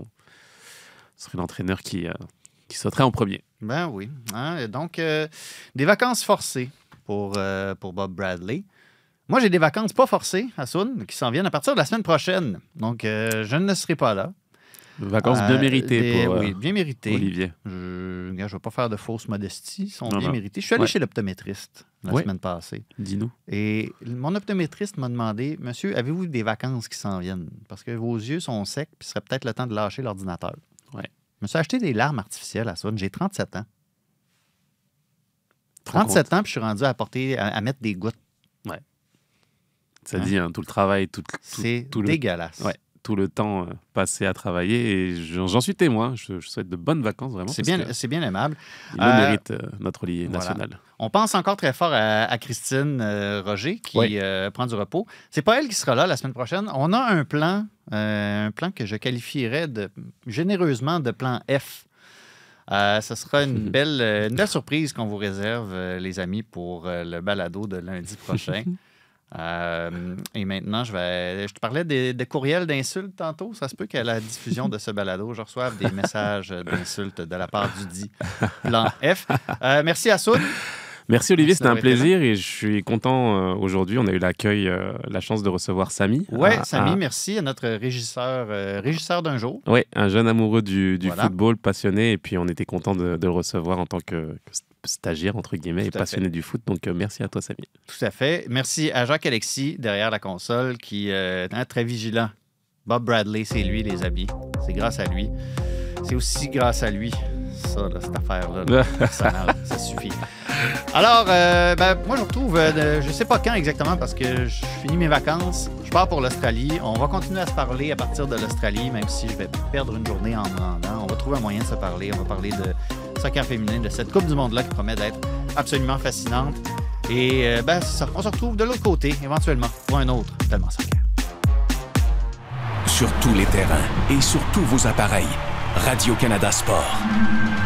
ce serait l'entraîneur qui, euh, qui sauterait en premier. Ben oui. Hein? Donc, euh, des vacances forcées pour, euh, pour Bob Bradley. Moi, j'ai des vacances pas forcées, Assoun, qui s'en viennent à partir de la semaine prochaine. Donc, euh, je ne serai pas là. Vacances bien méritées euh, des, pour oui, bien méritées. Olivier. Je ne vais pas faire de fausses modesties. Ils sont non, bien non. méritées. Je suis allé ouais. chez l'optométriste la ouais. semaine passée. Dis-nous. Et mon optométriste m'a demandé, monsieur, avez-vous des vacances qui s'en viennent? Parce que vos yeux sont secs, puis ce serait peut-être le temps de lâcher l'ordinateur. Ouais. Je me suis acheté des larmes artificielles à ça. J'ai trente-sept ans. trente-sept ans, puis je suis rendu à, porter, à, à mettre des gouttes. Ouais. Ça hein? dit, hein, tout le travail, tout, tout, c'est tout dégueulasse. Le... Ouais. tout le temps euh, passé à travailler et j'en, j'en suis témoin. Je, je souhaite de bonnes vacances, vraiment. C'est bien, c'est bien aimable. Il euh, le mérite, euh, notre Olivier voilà. national. On pense encore très fort à, à Christine euh, Roger qui oui. euh, prend du repos. C'est pas elle qui sera là la semaine prochaine. On a un plan, euh, un plan que je qualifierais de, généreusement de plan F. Euh, ce sera une belle, une belle surprise qu'on vous réserve, euh, les amis, pour euh, le balado de lundi prochain. Euh, et maintenant, je vais. Je te parlais des, des courriels d'insultes tantôt. Ça se peut qu'à la diffusion de ce balado, je reçoive des messages d'insultes de la part du dit plan F. Euh, merci à Soud. Merci Olivier, merci c'était un plaisir et je suis content euh, aujourd'hui. On a eu l'accueil, euh, la chance de recevoir Samy. Oui, Samy, à... merci à notre régisseur, euh, régisseur d'un jour. Oui, un jeune amoureux du, du voilà. football, passionné, et puis on était content de, de le recevoir en tant que, que stagiaire, entre guillemets, Tout et passionné fait. du foot. Donc, euh, merci à toi, Samy. Tout à fait. Merci à Jacques-Alexis, derrière la console, qui euh, est très vigilant. Bob Bradley, c'est lui, les habits. C'est grâce à lui. C'est aussi grâce à lui, ça, là, cette affaire-là. Là, ça, ça suffit. Alors, euh, ben, moi, je me retrouve, euh, je ne sais pas quand exactement, parce que je finis mes vacances. Je pars pour l'Australie. On va continuer à se parler à partir de l'Australie, même si je vais perdre une journée en me rendant. On va trouver un moyen de se parler. On va parler de soccer féminin, de cette Coupe du Monde-là qui promet d'être absolument fascinante. Et euh, ben, c'est ça. On se retrouve de l'autre côté, éventuellement, pour un autre Tellement Soccer. Sur tous les terrains et sur tous vos appareils, Radio-Canada Sport.